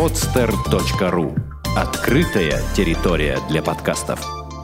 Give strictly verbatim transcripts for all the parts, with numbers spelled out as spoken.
подстер точка ру. Открытая территория для подкастов.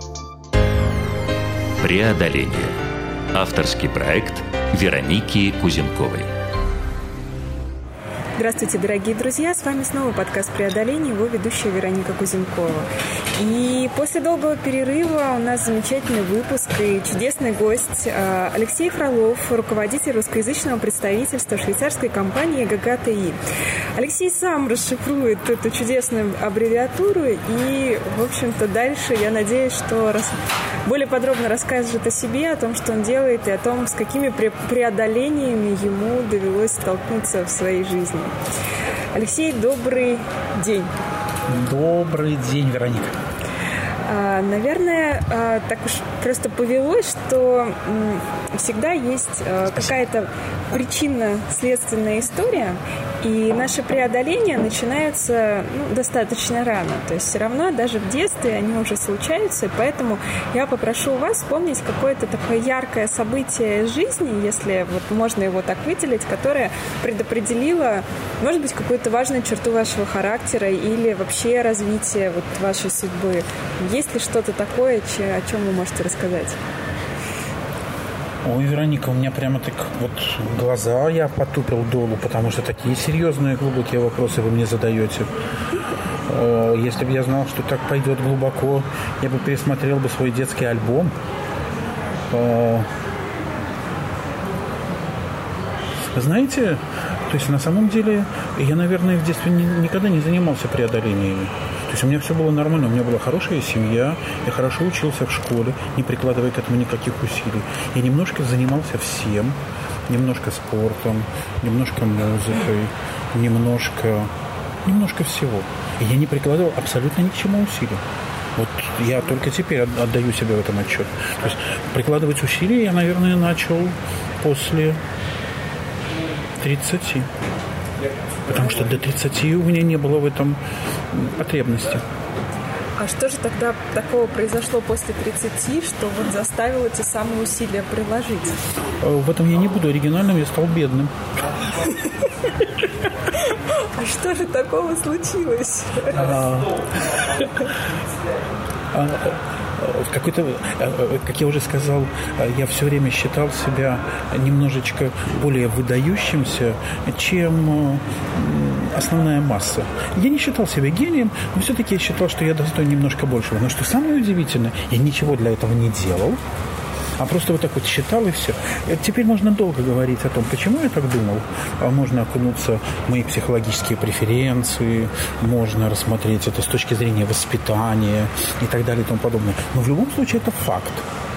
Преодоление. Авторский проект Вероники Кузенковой. Здравствуйте, дорогие друзья! С вами снова подкаст «Преодоление», его ведущая Вероника Кузенкова. И после долгого перерыва у нас замечательный выпуск и чудесный гость Алексей Фролов, руководитель русскоязычного представительства швейцарской компании гэ гэ а тэ и. Алексей сам расшифрует эту чудесную аббревиатуру и, в общем-то, дальше, я надеюсь, что рас... более подробно расскажет о себе, о том, что он делает, и о том, с какими преодолениями ему довелось столкнуться в своей жизни. Алексей, добрый день. Добрый день, Вероника. А, наверное, а, так уж просто повелось, что м, всегда есть а, какая-то причинно-следственная история, и наши преодоления начинаются ну, достаточно рано. То есть все равно даже в детстве они уже случаются, и поэтому я попрошу вас вспомнить какое-то такое яркое событие жизни, если вот можно его так выделить, которое предопределило, может быть, какую-то важную черту вашего характера или вообще развитие вот вашей судьбы. Есть ли что-то такое, о чем вы можете рассказать? Ой, Вероника, у меня прямо так вот глаза я потупил долу, потому что такие серьезные, глубокие вопросы вы мне задаете. Если бы я знал, что так пойдет глубоко, я бы пересмотрел бы свой детский альбом. Знаете, то есть на самом деле я, наверное, в детстве никогда не занимался преодолениями. То есть у меня все было нормально, у меня была хорошая семья, я хорошо учился в школе, не прикладывая к этому никаких усилий. Я немножко занимался всем, немножко спортом, немножко музыкой, немножко, немножко всего. И я не прикладывал абсолютно ни к чему усилий. Вот я только теперь отдаю себе в этом отчет. То есть прикладывать усилия я, наверное, начал после тридцати. Потому что до тридцати у меня не было в этом потребности. А что же тогда такого произошло после тридцати, что вот заставило эти самые усилия приложить? В этом я не буду оригинальным, я стал бедным. А что же такого случилось? В какой-то, как я уже сказал, я все время считал себя немножечко более выдающимся, чем основная масса. Я не считал себя гением, но все-таки я считал, что я достоин немножко большего. Но что самое удивительное, я ничего для этого не делал, а просто вот так вот считал и все. Теперь можно долго говорить о том, почему я так думал. Можно окунуться в мои психологические преференции, можно рассмотреть это с точки зрения воспитания и так далее и тому подобное. Но в любом случае это факт.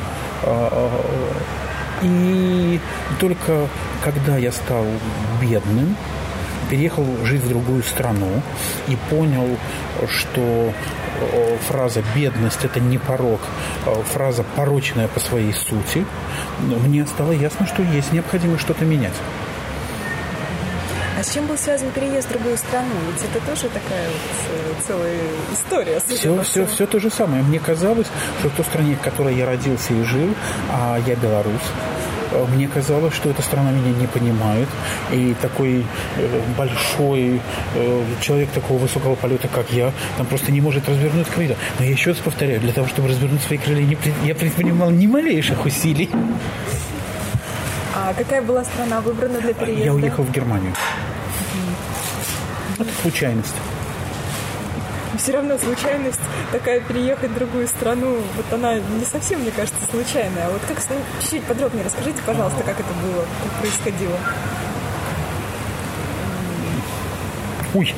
И только когда я стал бедным, переехал жить в другую страну и понял, что фраза «бедность» – это не порок, фраза порочная по своей сути, мне стало ясно, что есть необходимость что-то менять. А с чем был связан переезд в другую страну? Ведь это тоже такая вот целая история. Все, все, все то же самое. Мне казалось, что в той стране, в которой я родился и жил, а я белорус, мне казалось, что эта страна меня не понимает, и такой э, большой э, человек такого высокого полета, как я, там просто не может развернуть крылья. Но я еще раз повторяю, для того, чтобы развернуть свои крылья, не, я предпринимал ни малейших усилий. А какая была страна выбрана для переезда? Я уехал в Германию. Mm-hmm. Это случайность. Все равно случайность такая, переехать в другую страну, вот она не совсем, мне кажется, случайная. А вот как, ну, чуть-чуть подробнее расскажите, пожалуйста, как это было, как происходило. Ой.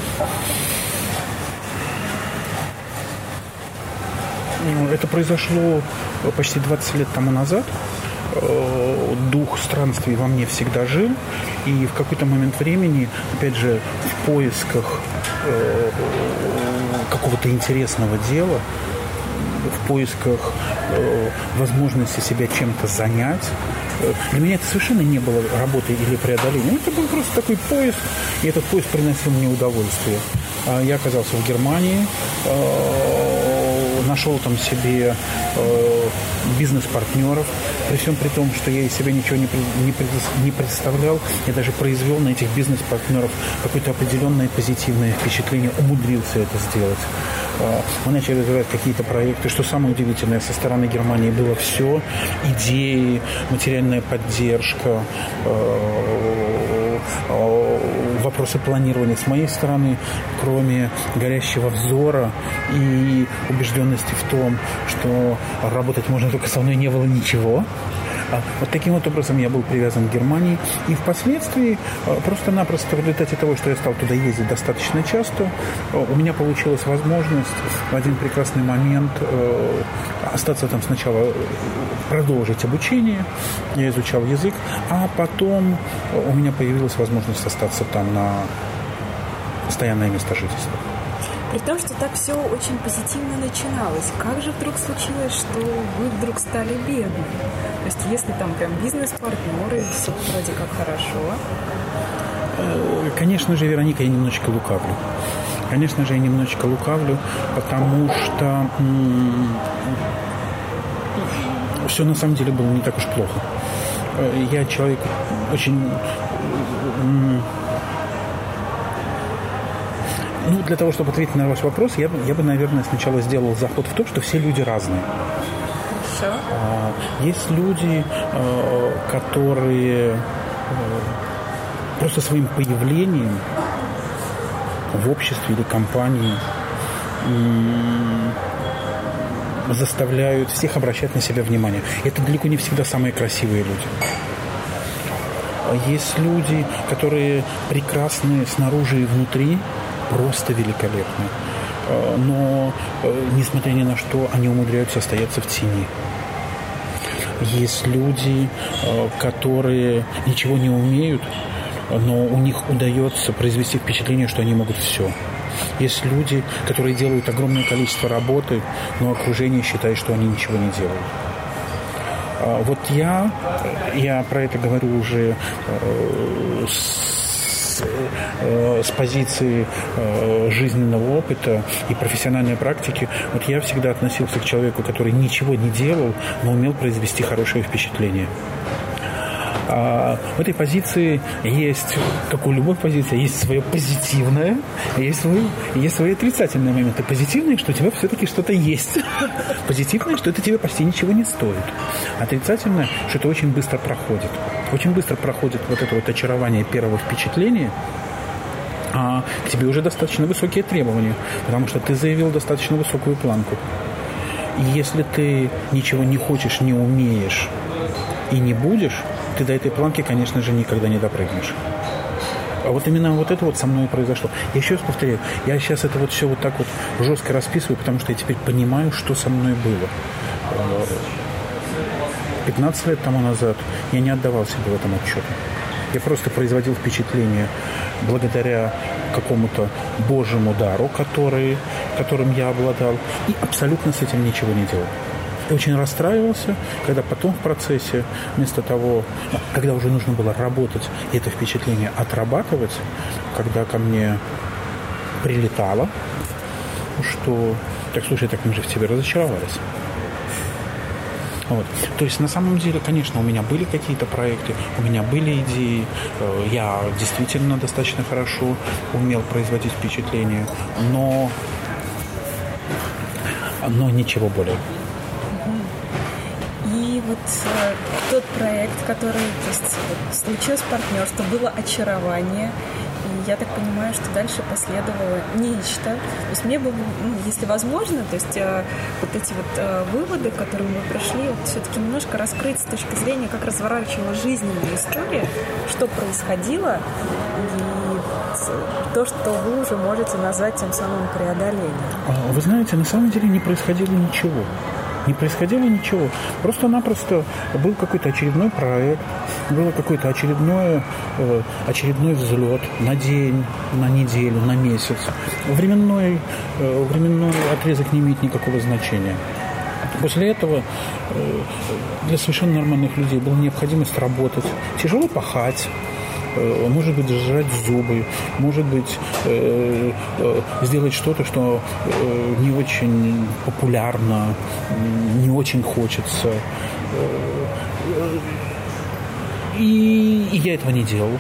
Это произошло почти двадцать лет тому назад. Дух странствий во мне всегда жил. И в какой-то момент времени, опять же, в поисках какого-то интересного дела, в поисках э, возможности себя чем-то занять. Для меня это совершенно не было работой или преодолением. Это был просто такой поиск, и этот поиск приносил мне удовольствие. Я оказался в Германии, э, нашел там себе э, бизнес-партнеров, при всем при том, что я из себя ничего не, не, не представлял, я даже произвел на этих бизнес-партнеров какое-то определенное позитивное впечатление, умудрился это сделать. Мы начали развивать какие-то проекты. Что самое удивительное, со стороны Германии было все. Идеи, материальная поддержка, вопросы планирования. С моей стороны, кроме горящего взора и убежденности в том, что работать можно только со мной, не было ничего. Вот таким вот образом я был привязан к Германии. И впоследствии, просто-напросто в результате того, что я стал туда ездить достаточно часто, у меня получилась возможность в один прекрасный момент остаться там сначала, продолжить обучение. Я изучал язык, а потом у меня появилась возможность остаться там на постоянное место жительства. При том, что так все очень позитивно начиналось, как же вдруг случилось, что вы вдруг стали бедны? То есть, если там прям бизнес-партнеры, все вроде как хорошо. Конечно же, Вероника, я немножечко лукавлю. Конечно же, я немножечко лукавлю, потому что м- все на самом деле было не так уж плохо. Я человек очень... М- Ну, для того, чтобы ответить на ваш вопрос, я бы, я бы, наверное, сначала сделал заход в то, что все люди разные. Хорошо. Есть люди, которые просто своим появлением в обществе или компании заставляют всех обращать на себя внимание. Это далеко не всегда самые красивые люди. Есть люди, которые прекрасны снаружи и внутри, просто великолепны. Но, несмотря ни на что, они умудряются остаться в тени. Есть люди, которые ничего не умеют, но у них удается произвести впечатление, что они могут все. Есть люди, которые делают огромное количество работы, но окружение считает, что они ничего не делают. Вот я, я про это говорю уже с, с позиции жизненного опыта и профессиональной практики. Вот я всегда относился к человеку, который ничего не делал, но умел произвести хорошее впечатление. А в этой позиции есть, как у любой позиции, есть свое позитивное, есть свои, есть свои отрицательные моменты. Позитивное, что у тебя все-таки что-то есть. Позитивное, что это тебе почти ничего не стоит. Отрицательное, что это очень быстро проходит. Очень быстро проходит вот это вот очарование первого впечатления, а к тебе уже достаточно высокие требования, потому что ты заявил достаточно высокую планку. И если ты ничего не хочешь, не умеешь и не будешь, ты до этой планки, конечно же, никогда не допрыгнешь. А вот именно вот это вот со мной и произошло. Я еще раз повторяю, я сейчас это вот все вот так вот жестко расписываю, потому что я теперь понимаю, что со мной было. пятнадцать лет тому назад я не отдавал себе в этом отчета. Я просто производил впечатление благодаря какому-то Божьему дару, который, которым я обладал, и абсолютно с этим ничего не делал. Я очень расстраивался, когда потом в процессе, вместо того, когда уже нужно было работать и это впечатление отрабатывать, когда ко мне прилетало, что так, слушай, так мы же в тебе разочаровались. Вот. То есть на самом деле, конечно, у меня были какие-то проекты, у меня были идеи, я действительно достаточно хорошо умел производить впечатление, но, но ничего более. И вот э, тот проект, который, то есть, вот, случилось партнерство, было очарование, и я так понимаю, что дальше последовало нечто. То есть мне бы, ну, если возможно, то есть э, вот эти вот э, выводы, к которым вы пришли, вот, все-таки немножко раскрыть с точки зрения, как разворачивалась жизненная история, что происходило, и то, что вы уже можете назвать тем самым преодолением. Вы знаете, на самом деле не происходило ничего. Не происходило ничего. Просто-напросто был какой-то очередной проект, было какой-то очередной, э, очередной взлет на день, на неделю, на месяц. Временной, э, временной отрезок не имеет никакого значения. После этого э, для совершенно нормальных людей была необходимость работать, тяжело пахать, может быть, сжать зубы, может быть, сделать что-то, что не очень популярно, не очень хочется. И, и я этого не делал.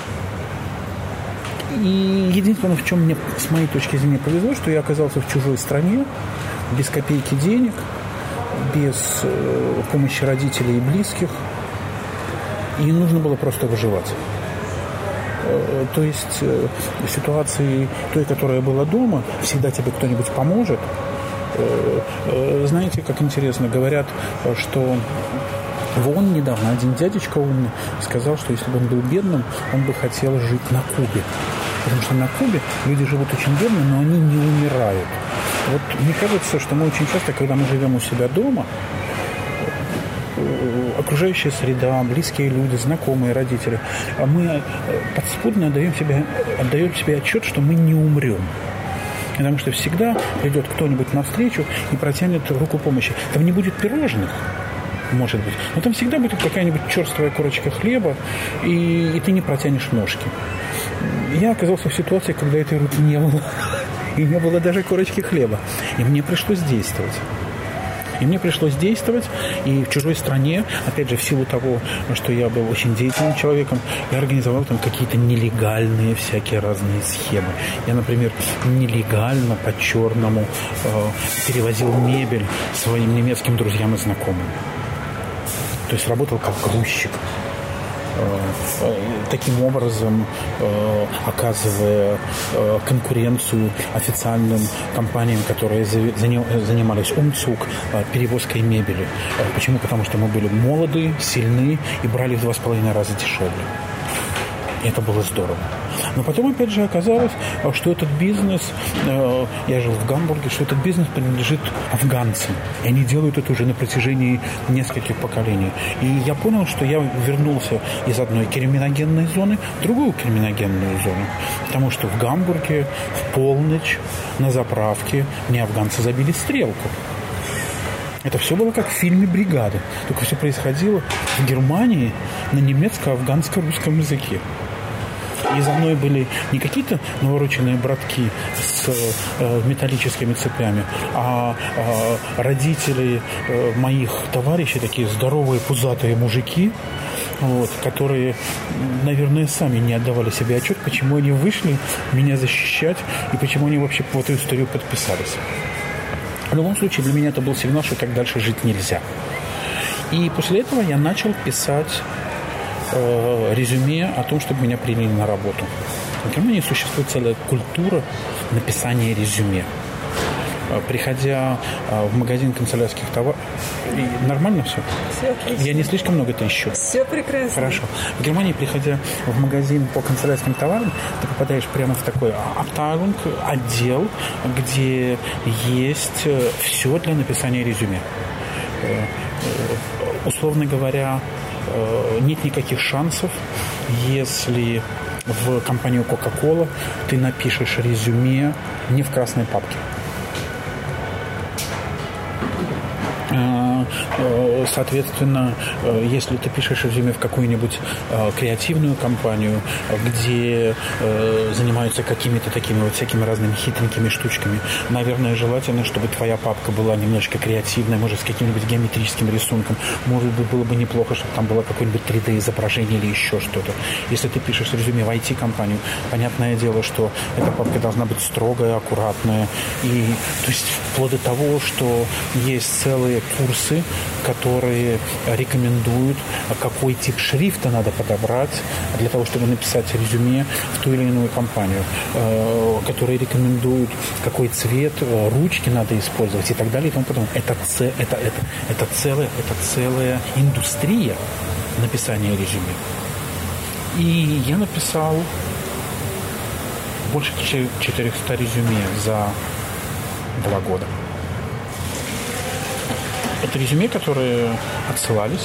И единственное, в чем мне, с моей точки зрения, повезло, что я оказался в чужой стране, без копейки денег, без э, помощи родителей и близких. И нужно было просто выживать. Э, то есть э, в ситуации той, которая была дома, всегда тебе кто-нибудь поможет. Э, э, знаете, как интересно, говорят, что в ООН недавно один дядечка умный сказал, что если бы он был бедным, он бы хотел жить на Кубе. Потому что на Кубе люди живут очень бедно, но они не умирают. Вот мне кажется, что мы очень часто, когда мы живем у себя дома, окружающая среда, близкие люди, знакомые, родители, мы подспудно отдаем себе, отдаем себе отчет, что мы не умрем. Потому что всегда придет кто-нибудь навстречу и протянет руку помощи. Там не будет пирожных, может быть, но там всегда будет какая-нибудь черствая корочка хлеба, и, и ты не протянешь ножки. Я оказался в ситуации, когда этой руки не было, и не было даже корочки хлеба. И мне пришлось действовать. И мне пришлось действовать, и в чужой стране, опять же, в силу того, что я был очень деятельным человеком, я организовал там какие-то нелегальные всякие разные схемы. Я, например, нелегально, по-черному э, перевозил мебель своим немецким друзьям и знакомым. То есть работал как грузчик. Таким образом, оказывая конкуренцию официальным компаниям, которые занимались умцуг, перевозкой мебели. Почему? Потому что мы были молоды, сильны и брали в два с половиной раза дешевле. И это было здорово. Но потом, опять же, оказалось, что этот бизнес, э, я жил в Гамбурге, что этот бизнес принадлежит афганцам. И они делают это уже на протяжении нескольких поколений. И я понял, что я вернулся из одной криминогенной зоны в другую криминогенную зону. Потому что в Гамбурге в полночь на заправке мне афганцы забили стрелку. Это все было как в фильме «Бригада». Только все происходило в Германии на немецко-афганско-русском языке. И за мной были не какие-то навороченные братки с э, металлическими цепями, а э, родители э, моих товарищей, такие здоровые, пузатые мужики, вот, которые, наверное, сами не отдавали себе отчет, почему они вышли меня защищать и почему они вообще в эту историю подписались. В любом случае, для меня это был сигнал, что так дальше жить нельзя. И после этого я начал писать э, резюме о том, чтобы меня приняли на работу. В Германии существует целая культура написания резюме. Приходя в магазин канцелярских товаров... Нормально все? Все отлично. Я не слишком много это ищу? Все прекрасно. Хорошо. В Германии, приходя в магазин по канцелярским товарам, ты попадаешь прямо в такой абтейлунг, отдел, где есть все для написания резюме. Условно говоря, нет никаких шансов, если в компанию Coca-Cola ты напишешь резюме не в красной папке. Соответственно, если ты пишешь резюме в какую-нибудь креативную компанию, где занимаются какими-то такими вот всякими разными хитренькими штучками, наверное, желательно, чтобы твоя папка была немножечко креативная, может, с каким-нибудь геометрическим рисунком. Может быть, было бы неплохо, чтобы там было какое-нибудь три дэ-изображение или еще что-то. Если ты пишешь резюме в ай ти-компанию, понятное дело, что эта папка должна быть строгая, аккуратная. И, то есть, вплоть до того, что есть целые курсы, которые рекомендуют, какой тип шрифта надо подобрать для того, чтобы написать резюме в ту или иную компанию, которые рекомендуют, какой цвет ручки надо использовать и так далее и тому подобное. Это, это, это, это, целая, это целая индустрия написания резюме. И я написал больше четыреста резюме за два года. Это резюме, которые отсылались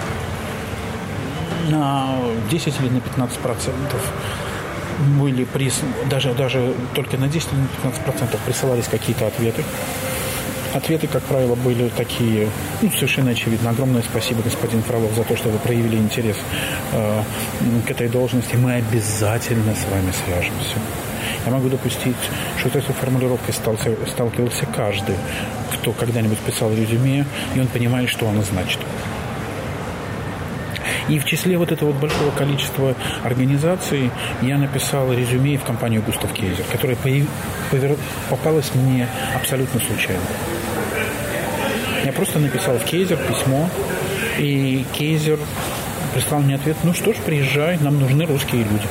на десять или на пятнадцать процентов. Были прис... даже, даже только на десять или на пятнадцать процентов присылались какие-то ответы. Ответы, как правило, были такие, ну, совершенно очевидно. Огромное спасибо, господин Фролов, за то, что вы проявили интерес э, к этой должности. Мы обязательно с вами свяжемся. Я могу допустить, что с этой формулировкой сталкивался каждый, кто когда-нибудь писал резюме, и он понимает, что оно значит. И в числе вот этого вот большого количества организаций я написал резюме в компанию Густав Кейзер, которая попалась мне абсолютно случайно. Я просто написал в Кейзер письмо, и Кейзер прислал мне ответ: ну что ж, приезжай, нам нужны русские люди.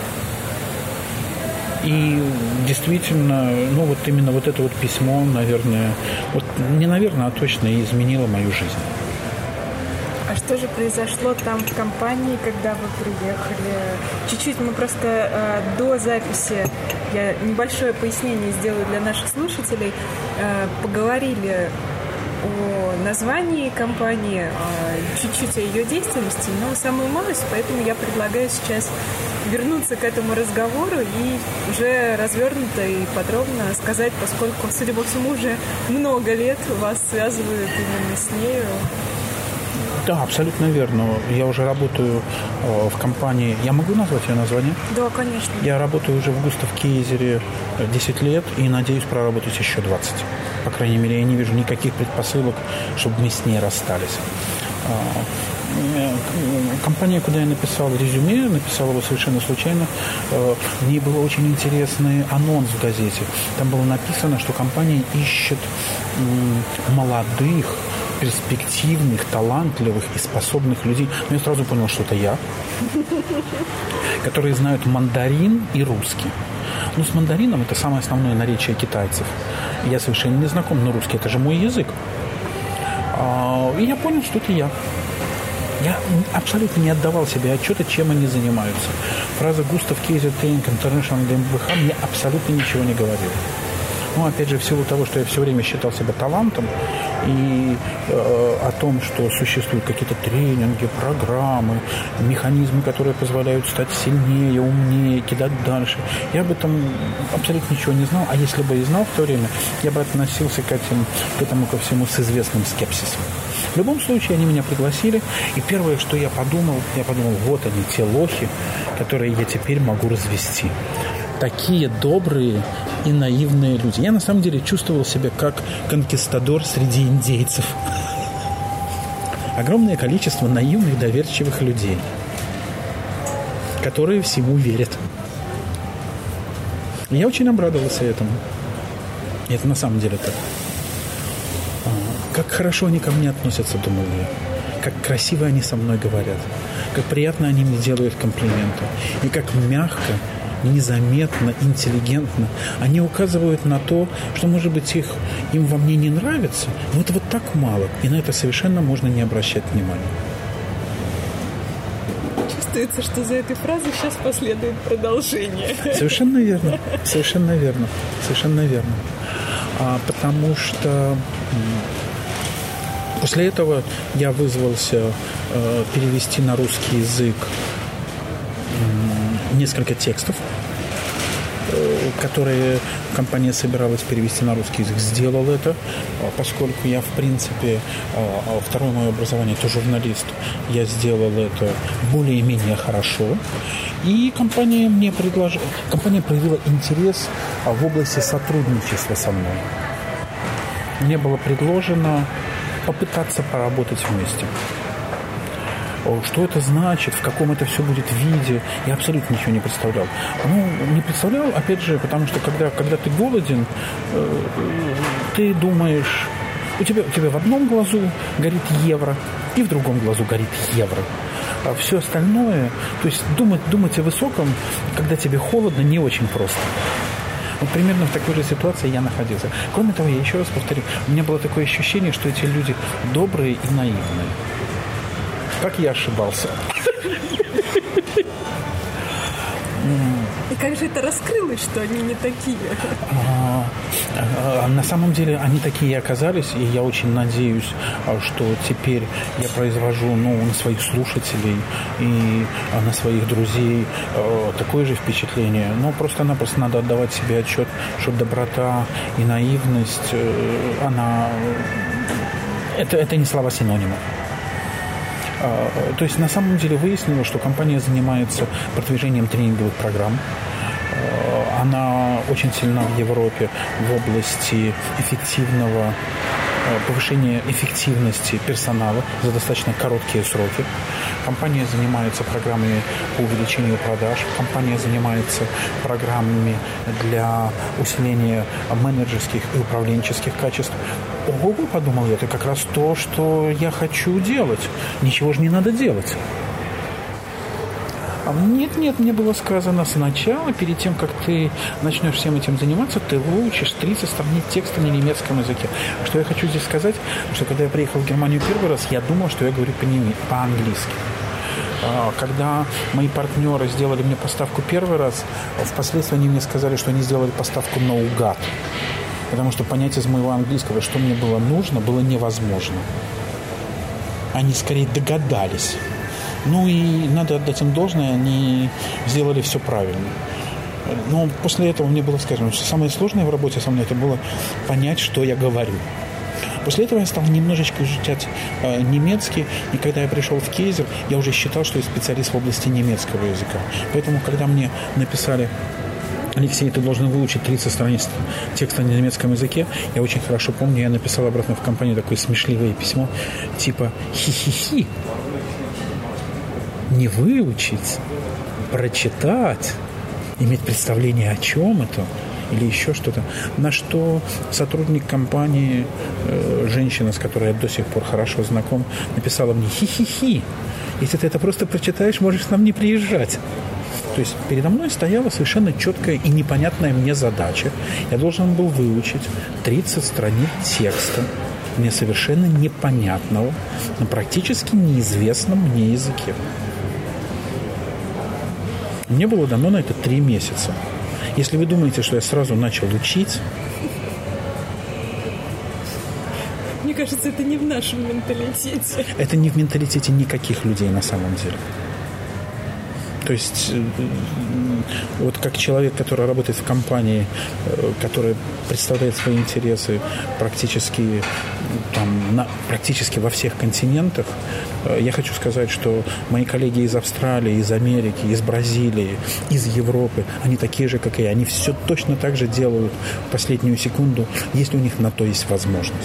И действительно, ну вот именно вот это вот письмо, наверное, вот не наверное, а точно изменило мою жизнь. А что же произошло там в компании, когда вы приехали? Чуть-чуть мы просто э, до записи, я небольшое пояснение сделаю для наших слушателей, э, поговорили о названии компании, э, чуть-чуть о ее деятельности, но самую малость, поэтому я предлагаю сейчас вернуться к этому разговору и уже развернуто и подробно сказать, поскольку, судя по всему, уже много лет вас связывают именно с нею. Да, абсолютно верно. Я уже работаю э, в компании. Я могу назвать ее название? Да, конечно. Я работаю уже в Густав Кейзере десять лет и надеюсь проработать еще двадцать. По крайней мере, я не вижу никаких предпосылок, чтобы мы с ней расстались. Компания, куда я написал резюме, написал его совершенно случайно. В ней был очень интересный анонс в газете. Там было написано, что компания ищет молодых, перспективных, талантливых и способных людей. Но я сразу понял, что это я, которые знают мандарин и русский. Ну, с мандарином это самое основное наречие китайцев. Я совершенно не знаком, но русский — это же мой язык. И я понял, что это я. Я абсолютно не отдавал себе отчета, чем они занимаются. Фраза «Густав Кейзер Тренинг Интернешнл ГmbH» мне абсолютно ничего не говорила. Ну, опять же, в силу того, что я все время считал себя талантом, и э, о том, что существуют какие-то тренинги, программы, механизмы, которые позволяют стать сильнее, умнее, кидать дальше, я об этом абсолютно ничего не знал. А если бы и знал в то время, я бы относился к, этим, к этому ко всему с известным скепсисом. В любом случае, они меня пригласили, и первое, что я подумал, я подумал, вот они, те лохи, которые я теперь могу развести. Такие добрые и наивные люди. Я на самом деле чувствовал себя как конкистадор среди индейцев. Огромное количество наивных, доверчивых людей, которые всему верят. И я очень обрадовался этому. И это на самом деле так. Как хорошо они ко мне относятся, думал я. Как красиво они со мной говорят. Как приятно они мне делают комплименты. И как мягко, незаметно, интеллигентно они указывают на то, что, может быть, их, им во мне не нравится, но это вот так мало, и на это совершенно можно не обращать внимания. Чувствуется, что за этой фразой сейчас последует продолжение. Совершенно верно, совершенно верно, совершенно верно. А, потому что после этого я вызвался э, перевести на русский язык несколько текстов, которые компания собиралась перевести на русский язык. Сделал это, поскольку я, в принципе, второе мое образование – это журналист. Я сделал это более-менее хорошо. И компания мне предложила, компания проявила интерес в области сотрудничества со мной. Мне было предложено попытаться поработать вместе. Что это значит, в каком это все будет виде, я абсолютно ничего не представлял. Ну, не представлял, опять же, потому что когда, когда ты голоден, ты думаешь, у тебя, у тебя в одном глазу горит евро, и в другом глазу горит евро. А все остальное, то есть думать, думать о высоком, когда тебе холодно, не очень просто. Вот примерно в такой же ситуации я находился. Кроме того, я еще раз повторю, у меня было такое ощущение, что эти люди добрые и наивные. Как я ошибался. И как же это раскрылось, что они не такие? А, а, на самом деле они такие и оказались, и я очень надеюсь, что теперь я произвожу ну, на своих слушателей и на своих друзей такое же впечатление. Но просто-напросто надо отдавать себе отчет, что доброта и наивность, она... Это, это не слова-синонимы. То есть на самом деле выяснилось, что компания занимается продвижением тренинговых программ. Она очень сильна в Европе в области эффективного повышения эффективности персонала за достаточно короткие сроки. Компания занимается программами по увеличению продаж. Компания занимается программами для усиления менеджерских и управленческих качеств. Ого, подумал я, это как раз то, что я хочу делать. Ничего же не надо делать. Нет, нет, мне было сказано сначала, перед тем, как ты начнешь всем этим заниматься, ты выучишь тридцать страниц текста на немецком языке. Что я хочу здесь сказать, что когда я приехал в Германию первый раз, я думал, что я говорю по-английски. Когда мои партнеры сделали мне поставку первый раз, впоследствии они мне сказали, что они сделали поставку наугад. Потому что понять из моего английского, что мне было нужно, было невозможно. Они скорее догадались. Ну и надо отдать им должное, они сделали все правильно. Но после этого мне было сказано, что самое сложное в работе со мной это было понять, что я говорю. После этого я стал немножечко изучать э, немецкий, и когда я пришел в Кейзер, я уже считал, что я специалист в области немецкого языка. Поэтому, когда мне написали: Алексей, ты должен выучить тридцать страниц текста на немецком языке, я очень хорошо помню, я написал обратно в компанию такое смешливое письмо, типа «хи-хи-хи». Не выучить, прочитать, иметь представление, о чем это, или еще что-то. На что сотрудник компании, э, женщина, с которой я до сих пор хорошо знаком, написала мне: «Хи-хи-хи, если ты это просто прочитаешь, можешь к нам не приезжать». То есть передо мной стояла совершенно четкая и непонятная мне задача. Я должен был выучить тридцать страниц текста, мне совершенно непонятного, на практически неизвестном мне языке. Мне было дано на это три месяца. Если вы думаете, что я сразу начал учить... Мне кажется, это не в нашем менталитете. Это не в менталитете никаких людей на самом деле. То есть, вот как человек, который работает в компании, которая представляет свои интересы практически, там, на, практически во всех континентах, я хочу сказать, что мои коллеги из Австралии, из Америки, из Бразилии, из Европы, они такие же, как и я. Они все точно так же делают в последнюю секунду, если у них на то есть возможность.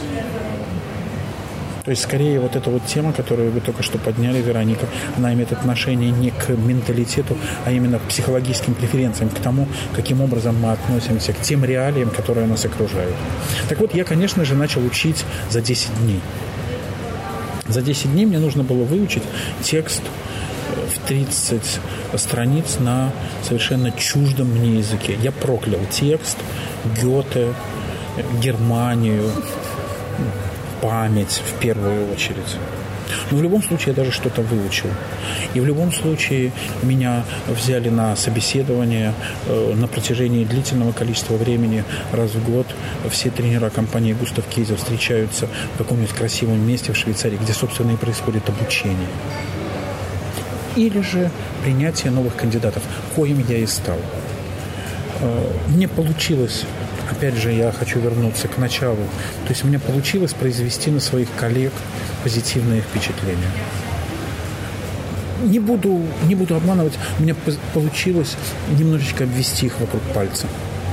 То есть, скорее, вот эта вот тема, которую вы только что подняли, Вероника, она имеет отношение не к менталитету, а именно к психологическим преференциям, к тому, каким образом мы относимся к тем реалиям, которые нас окружают. Так вот, я, конечно же, начал учить за десять дней. За десять дней мне нужно было выучить текст в тридцать страниц на совершенно чуждом мне языке. Я проклял текст, Гёте, Германию, память в первую очередь. Но в любом случае я даже что-то выучил. И в любом случае меня взяли на собеседование э, на протяжении длительного количества времени. Раз в год все тренера компании Густав Кейзер встречаются в каком-нибудь красивом месте в Швейцарии, где, собственно, и происходит обучение. Или же принятие новых кандидатов, коим я и стал. Э, мне получилось... Опять же, я хочу вернуться к началу. То есть у меня получилось произвести на своих коллег позитивное впечатление. Не буду, не буду обманывать, у меня получилось немножечко обвести их вокруг пальца.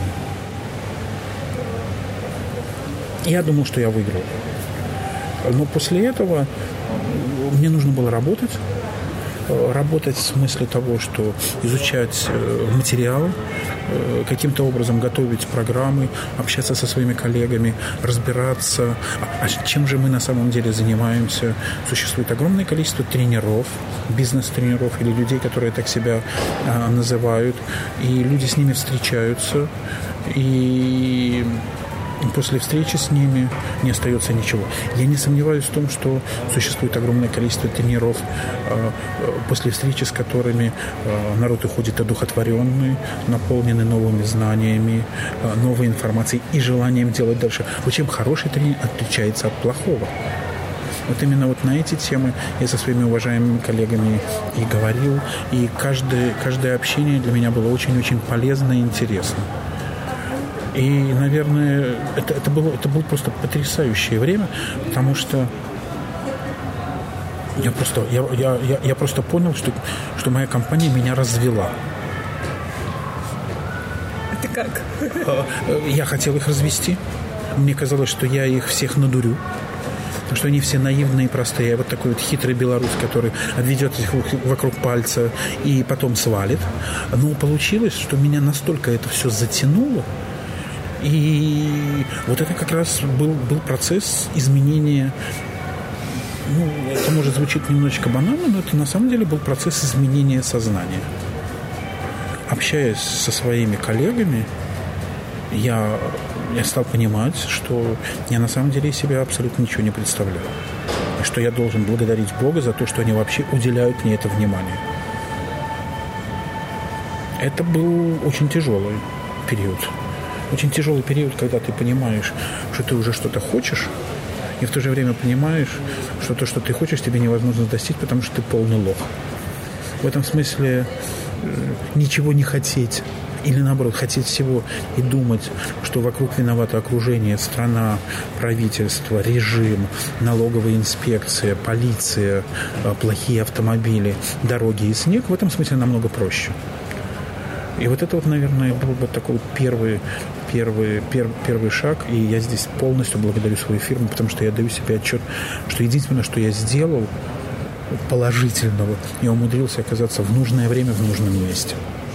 Я думал, что я выиграл. Но после этого мне нужно было работать. Работать в смысле того, что изучать материал, каким-то образом готовить программы, общаться со своими коллегами, разбираться, а чем же мы на самом деле занимаемся. Существует огромное количество тренеров, бизнес-тренеров или людей, которые так себя а, называют, и люди с ними встречаются, и после встречи с ними не остается ничего. Я не сомневаюсь в том, что существует огромное количество тренеров, после встречи с которыми народ уходит одухотворенный, наполненный новыми знаниями, новой информацией и желанием делать дальше. Вот чем хороший тренер отличается от плохого. Вот именно вот на эти темы я со своими уважаемыми коллегами и говорил, и каждое, каждое общение для меня было очень-очень полезно и интересно. И, наверное, это, это, было, это было просто потрясающее время, потому что я просто, я, я, я, я просто понял, что, что моя компания меня развела. Это как? Я хотел их развести. Мне казалось, что я их всех надурю, что они все наивные и простые. Я вот такой вот хитрый белорус, который обведет их вокруг пальца и потом свалит. Но получилось, что меня настолько это все затянуло. И вот это как раз был, был процесс изменения. Ну, это может звучать немножечко банально, но это на самом деле был процесс изменения сознания. Общаясь со своими коллегами, я, я стал понимать, что я на самом деле себя абсолютно ничего не представляю. И что я должен благодарить Бога за то, что они вообще уделяют мне это внимание. Это был очень тяжелый период. Очень тяжелый период, когда ты понимаешь, что ты уже что-то хочешь, и в то же время понимаешь, что то, что ты хочешь, тебе невозможно достичь, потому что ты полный лох. В этом смысле ничего не хотеть, или наоборот, хотеть всего и думать, что вокруг виновато окружение, страна, правительство, режим, налоговая инспекция, полиция, плохие автомобили, дороги и снег, в этом смысле намного проще. И вот это вот, наверное, был бы такой вот первый, первый, пер, первый шаг. И я здесь полностью благодарю свою фирму, потому что я даю себе отчет, что единственное, что я сделал положительного, я умудрился оказаться в нужное время в нужном месте.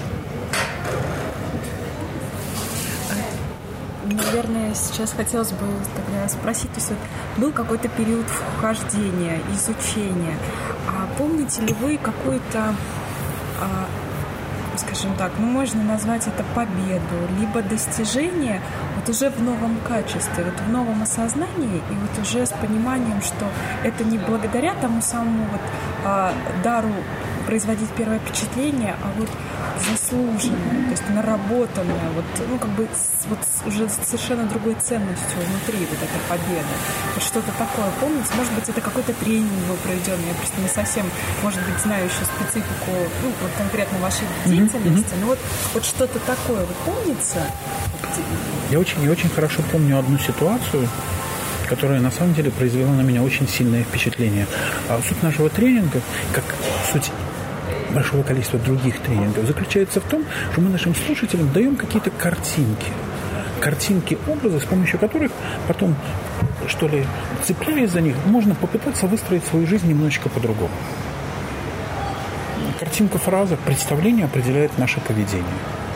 Наверное, сейчас хотелось бы тогда спросить, то есть вот был какой-то период вхождения, изучения. А помните ли вы какой-то... А, скажем так, ну, можно назвать это победу, либо достижение вот уже в новом качестве, вот в новом осознании, и вот уже с пониманием, что это не благодаря тому самому вот а, дару производить первое впечатление, а вот заслуженное, то есть наработанное, вот, ну, как бы с, вот с уже совершенно другой ценностью внутри вот этой победы. Вот что-то такое, помните? Может быть, это какой-то тренинг был проведен, я просто не совсем, может быть, знаю еще специфику, ну, вот конкретно вашей деятельности, mm-hmm. но вот, вот что-то такое, вот помнится? Я очень, я очень хорошо помню одну ситуацию, которая на самом деле произвела на меня очень сильное впечатление. А суть нашего тренинга, как суть большого количества других тренингов, заключается в том, что мы нашим слушателям даем какие-то картинки. Картинки, образы, с помощью которых потом, что ли, цепляясь за них, можно попытаться выстроить свою жизнь немножечко по-другому. Картинка, фраза, представление определяет наше поведение.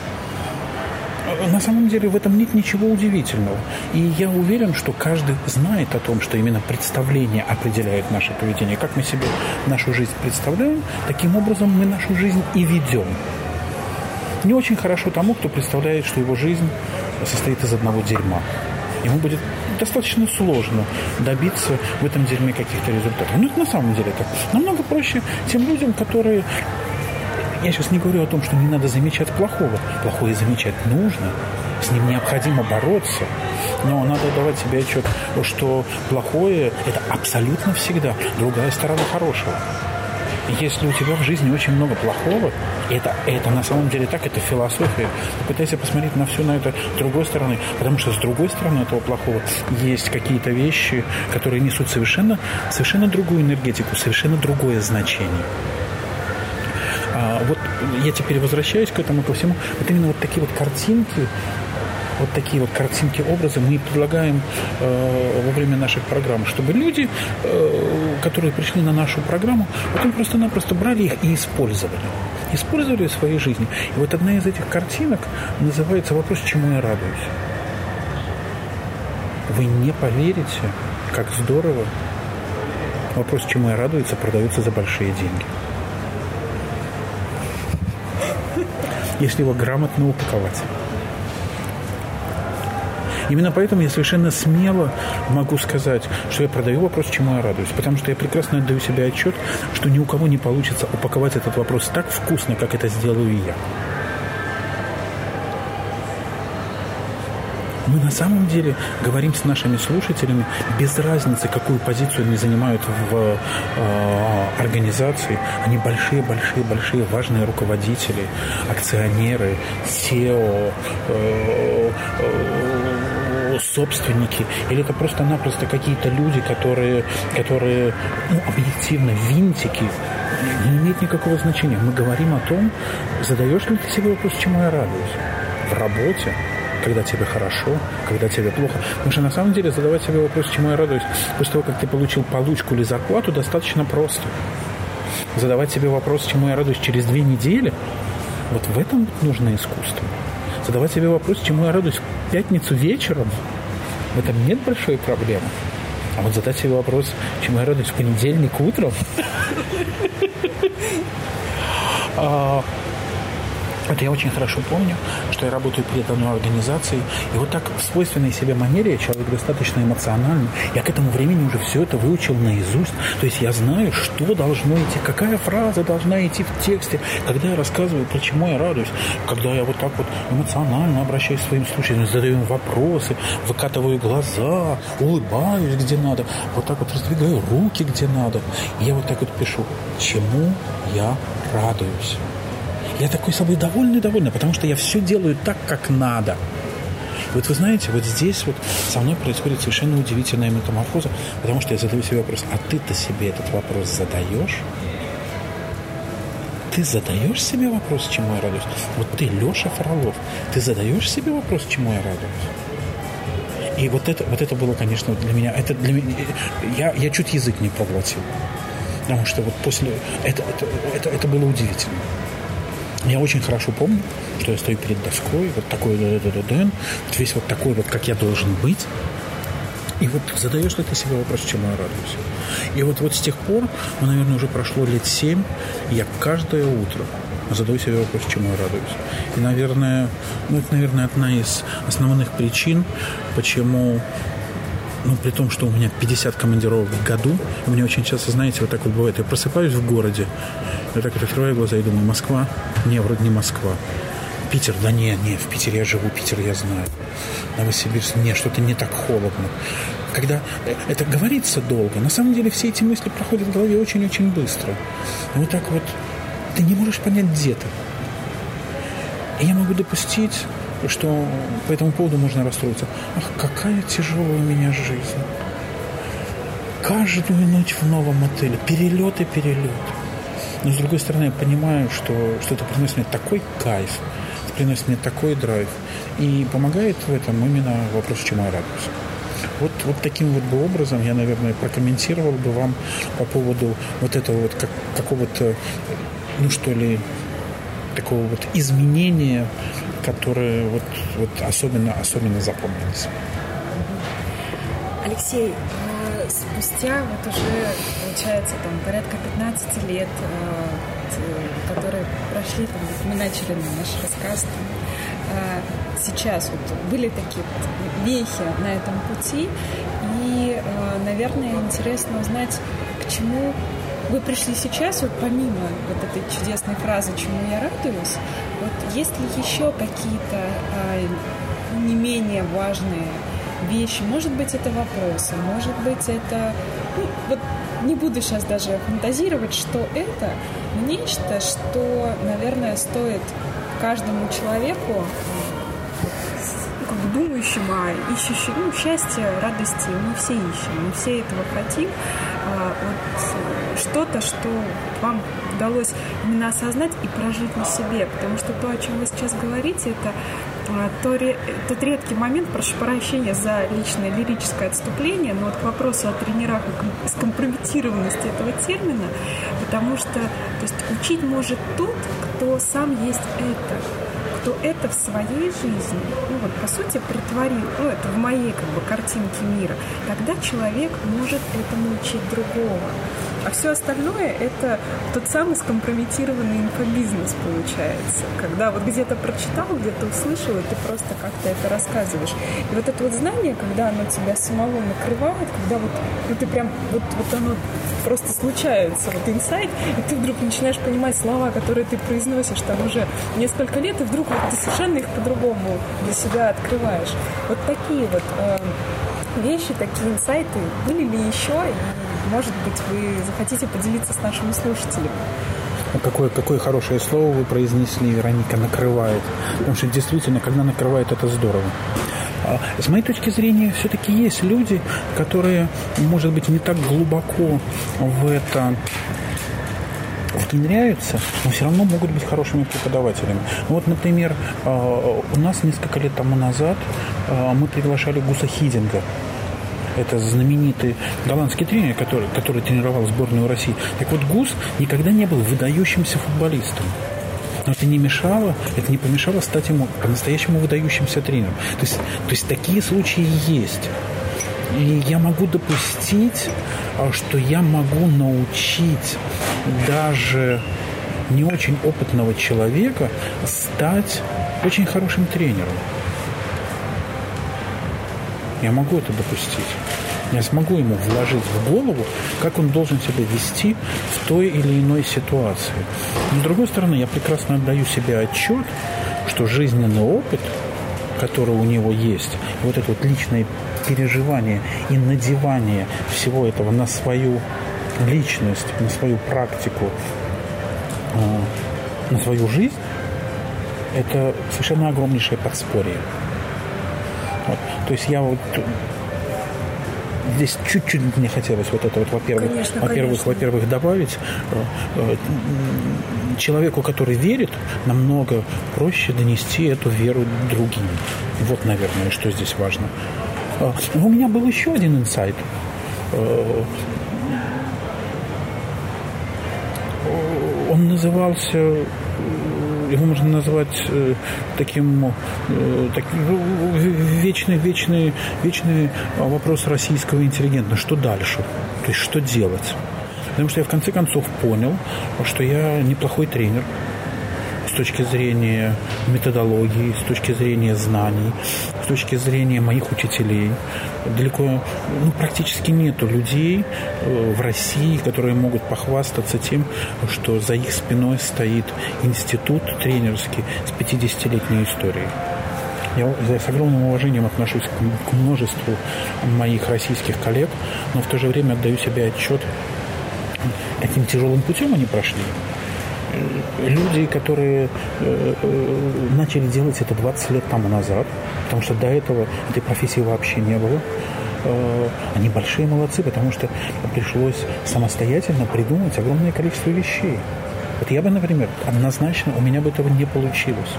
На самом деле в этом нет ничего удивительного. И я уверен, что каждый знает о том, что именно представление определяет наше поведение. Как мы себе нашу жизнь представляем, таким образом мы нашу жизнь и ведем. Не очень хорошо тому, кто представляет, что его жизнь состоит из одного дерьма. Ему будет достаточно сложно добиться в этом дерьме каких-то результатов. Но это на самом деле так. Намного проще тем людям, которые... Я сейчас не говорю о том, что не надо замечать плохого. Плохое замечать нужно. С ним необходимо бороться. Но надо давать себе отчет, что плохое – это абсолютно всегда другая сторона хорошего. Если у тебя в жизни очень много плохого, это, это на самом деле так, это философия. Попытайся посмотреть на все на это с другой стороны, потому что с другой стороны этого плохого есть какие-то вещи, которые несут совершенно, совершенно другую энергетику, совершенно другое значение. А вот я теперь возвращаюсь к этому, ко всему. Вот именно вот такие вот картинки, вот такие вот картинки, образы мы предлагаем э, во время наших программ, чтобы люди, э, которые пришли на нашу программу, потом просто-напросто брали их и использовали. Использовали в своей жизни. И вот одна из этих картинок называется «Вопрос, чему я радуюсь». Вы не поверите, как здорово «Вопрос, чему я радуюсь» продается за большие деньги. Если его грамотно упаковать. Именно поэтому я совершенно смело могу сказать, что я продаю вопрос, чему я радуюсь. Потому что я прекрасно отдаю себе отчет, что ни у кого не получится упаковать этот вопрос так вкусно, как это сделаю я. Мы на самом деле говорим с нашими слушателями без разницы, какую позицию они занимают в э, организации. Они большие-большие-большие важные руководители, акционеры, сео, э, э, собственники. Или это просто-напросто какие-то люди, которые, которые ну, объективно винтики. Не имеет никакого значения. Мы говорим о том, задаешь ли ты себе вопрос, чему я радуюсь. В работе, когда тебе хорошо, когда тебе плохо. Потому что на самом деле задавать себе вопрос, чему я радуюсь, после того, как ты получил получку или зарплату, достаточно просто. Задавать себе вопрос, чему я радуюсь через две недели, вот в этом нужно искусство. Задавать себе вопрос, чему я радуюсь в пятницу вечером, в этом нет большой проблемы. А вот задать себе вопрос, чему я радуюсь в понедельник утром, это я очень хорошо помню, что я работаю перед одной организацией, и вот так в свойственной себе манере, я человек достаточно эмоциональный, я к этому времени уже все это выучил наизусть, то есть я знаю, что должно идти, какая фраза должна идти в тексте, когда я рассказываю, про чему я радуюсь, когда я вот так вот эмоционально обращаюсь к своим слушателям, задаю им вопросы, выкатываю глаза, улыбаюсь где надо, вот так вот раздвигаю руки где надо, и я вот так вот пишу, чему я радуюсь. Я такой собой довольный-довольный, потому что я все делаю так, как надо. И вот вы знаете, вот здесь вот со мной происходит совершенно удивительная метаморфоза, потому что я задаю себе вопрос, а ты-то себе этот вопрос задаешь? Ты задаешь себе вопрос, чему я радуюсь? Вот ты, Леша Фролов, ты задаешь себе вопрос, чему я радуюсь? И вот это, вот это было, конечно, для меня, это для меня, я, я чуть язык не проглотил. Потому что вот после, это, это, это, это было удивительно. Я очень хорошо помню, что я стою перед доской, вот такой, вот весь вот такой вот, как я должен быть. И вот задаешь ли ты себе вопрос, чему я радуюсь. И вот, вот с тех пор, ну, наверное, уже прошло лет семь, я каждое утро задаю себе вопрос, чему я радуюсь. И, наверное, ну, это, наверное, одна из основных причин, почему... Ну, при том, что у меня пятьдесят командировок в году, у меня очень часто, знаете, вот так вот бывает. Я просыпаюсь в городе, я так вот открываю глаза и думаю, Москва? Не, вроде не Москва. Питер? Да не, не, в Питере я живу, Питер я знаю. Новосибирск? Не, что-то не так холодно. Когда это говорится долго, на самом деле все эти мысли проходят в голове очень-очень быстро. И вот так вот ты не можешь понять, где ты. И я могу допустить... что по этому поводу можно расстроиться. Ах, какая тяжелая у меня жизнь. Каждую ночь в новом отеле. Перелет и перелет. Но, с другой стороны, я понимаю, что, что это приносит мне такой кайф, это приносит мне такой драйв. И помогает в этом именно вопрос, чему я радуюсь. Вот, вот таким вот бы образом я, наверное, прокомментировал бы вам по поводу вот этого вот как, какого-то, ну что ли, такого вот изменения, которые вот, вот особенно, особенно запомнились. Алексей, спустя вот уже, получается, там порядка пятнадцать лет, которые прошли, там, мы начали наш рассказ, там, сейчас вот были такие вот вехи на этом пути, и, наверное, интересно узнать, к чему вы пришли сейчас, вот помимо вот этой чудесной фразы «чему я радуюсь», вот есть ли еще какие-то а, не менее важные вещи? Может быть, это вопросы, может быть, это... Ну, вот не буду сейчас даже фантазировать, что это, но нечто, что, наверное, стоит каждому человеку, ну, как бы думающему, а ищущему, ну, счастья, радости, мы все ищем, мы все этого хотим. А, вот что-то, что вам удалось именно осознать и прожить на себе, потому что то, о чем вы сейчас говорите, это то, тот редкий момент, прошу прощения за личное лирическое отступление, но вот к вопросу о тренерах и скомпрометированности этого термина, потому что то есть, учить может тот, кто сам есть это, кто это в своей жизни, ну вот по сути притворил, ну это в моей как бы картинке мира, тогда человек может этому учить другого. А все остальное – это тот самый скомпрометированный инфобизнес получается. Когда вот где-то прочитал, где-то услышал, и ты просто как-то это рассказываешь. И вот это вот знание, когда оно тебя самого накрывает, когда вот ну, ты прям, вот, вот оно просто случается, вот инсайт, и ты вдруг начинаешь понимать слова, которые ты произносишь там уже несколько лет, и вдруг вот ты совершенно их по-другому для себя открываешь. Вот такие вот э, вещи, такие инсайты были ли еще, и, может быть, вы захотите поделиться с нашими слушателями? Какое, какое хорошее слово вы произнесли, Вероника, накрывает. Потому что действительно, когда накрывает, это здорово. С моей точки зрения, все-таки есть люди, которые, может быть, не так глубоко в это внедряются, но все равно могут быть хорошими преподавателями. Вот, например, у нас несколько лет тому назад мы приглашали Гуса Хидинга. Это знаменитый голландский тренер, который, который тренировал сборную России. Так вот, Гус никогда не был выдающимся футболистом. Но это не мешало, это не помешало стать ему по-настоящему выдающимся тренером. То есть, то есть такие случаи есть. И я могу допустить, что я могу научить даже не очень опытного человека стать очень хорошим тренером. Я могу это допустить. Я смогу ему вложить в голову, как он должен себя вести в той или иной ситуации. Но, с другой стороны, я прекрасно отдаю себе отчет, что жизненный опыт, который у него есть, вот это вот личное переживание и надевание всего этого на свою личность, на свою практику, на свою жизнь, это совершенно огромнейшее подспорье. Вот. То есть я вот здесь чуть-чуть мне хотелось вот это вот, во-первых, конечно, во-первых, конечно. во-первых, добавить. Человеку, который верит, намного проще донести эту веру другим. Вот, наверное, что здесь важно. Но у меня был еще один инсайт. Он назывался... Его можно назвать э, таким, э, таким вечный, вечный, вечный вопрос российского интеллигента. Что дальше? То есть, что делать? Потому что я в конце концов понял, что я неплохой тренер с точки зрения методологии, с точки зрения знаний, с точки зрения моих учителей. Далеко, ну, практически нету людей в России, которые могут похвастаться тем, что за их спиной стоит институт тренерский с пятидесятилетней историей. Я, я с огромным уважением отношусь к, к множеству моих российских коллег, но в то же время отдаю себе отчет, каким тяжелым путем они прошли. Люди, которые э, э, начали делать это двадцать лет тому назад, потому что до этого этой профессии вообще не было, э, они большие молодцы, потому что пришлось самостоятельно придумать огромное количество вещей. Вот я бы, например, однозначно, у меня бы этого не получилось.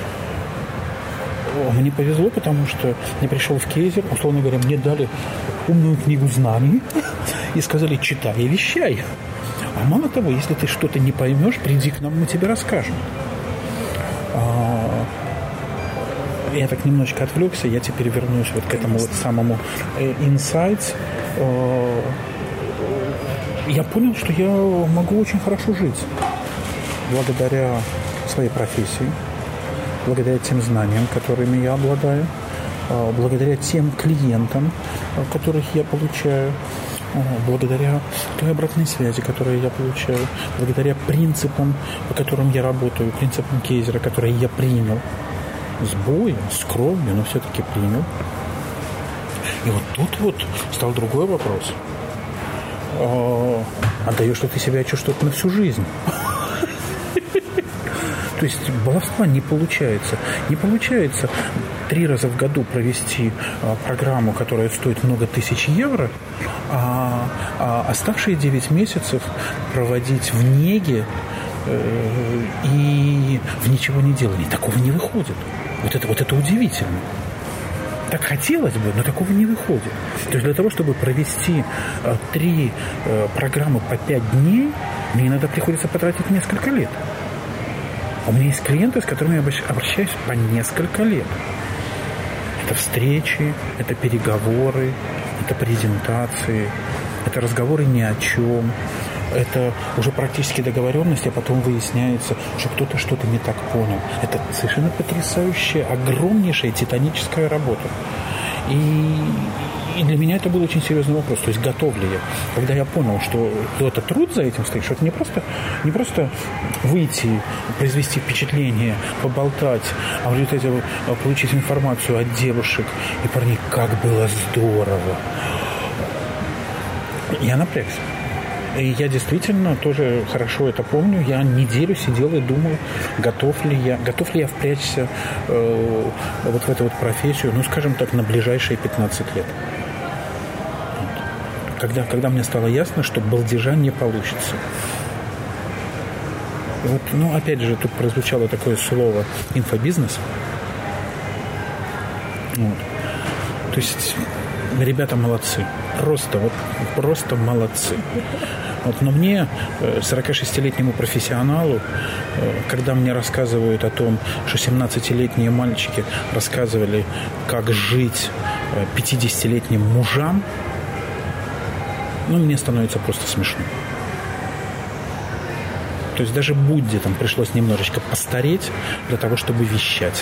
Мне повезло, потому что я пришел в Кейзер, условно говоря, мне дали умную книгу знаний и сказали: читай и вещай. А мало того, если ты что-то не поймешь, приди к нам, мы тебе расскажем. Я так немножечко отвлекся, я теперь вернусь вот к этому вот самому инсайт. Я понял, что я могу очень хорошо жить благодаря своей профессии, благодаря тем знаниям, которыми я обладаю, благодаря тем клиентам, которых я получаю, благодаря той обратной связи, которую я получаю, благодаря принципам, по которым я работаю, принципам Кейзера, которые я принял, с боем, с кровью, но все-таки принял. И вот тут вот стал другой вопрос. Отдаешь ли ты себе отчет, что это на всю жизнь? То есть баловства не получается. Не получается три раза в году провести а, программу, которая стоит много тысяч евро, а, а оставшие девять месяцев проводить в неге э, и в ничего не делании. Такого не выходит. Вот это, вот это удивительно. Так хотелось бы, но такого не выходит. То есть для того, чтобы провести а, три а, программы по пять дней, мне иногда приходится потратить несколько лет. У меня есть клиенты, с которыми я обращаюсь по несколько лет. Это встречи, это переговоры, это презентации, это разговоры ни о чем, это уже практически договоренность, а потом выясняется, что кто-то что-то не так понял. Это совершенно потрясающая, огромнейшая титаническая работа. И, и для меня это был очень серьезный вопрос. То есть готов ли я? Когда я понял, что это труд за этим стоит, что это не просто, не просто выйти, произвести впечатление, поболтать, а в результате получить информацию от девушек и парней, как было здорово. Я напрягся. И я действительно тоже хорошо это помню. Я неделю сидел и думал, готов ли я, готов ли я впрячься э, вот в эту вот профессию, ну, скажем так, на ближайшие пятнадцать лет. Вот. Когда, когда мне стало ясно, что балдежа не получится. Вот, ну, опять же, тут прозвучало такое слово инфобизнес. Вот. То есть ребята молодцы. Просто, вот, просто молодцы. Вот, но мне, сорокашестилетнему профессионалу, когда мне рассказывают о том, что семнадцатилетние мальчики рассказывали, как жить пятидесятилетним мужам, ну, мне становится просто смешно. То есть даже Будде там пришлось немножечко постареть для того, чтобы вещать.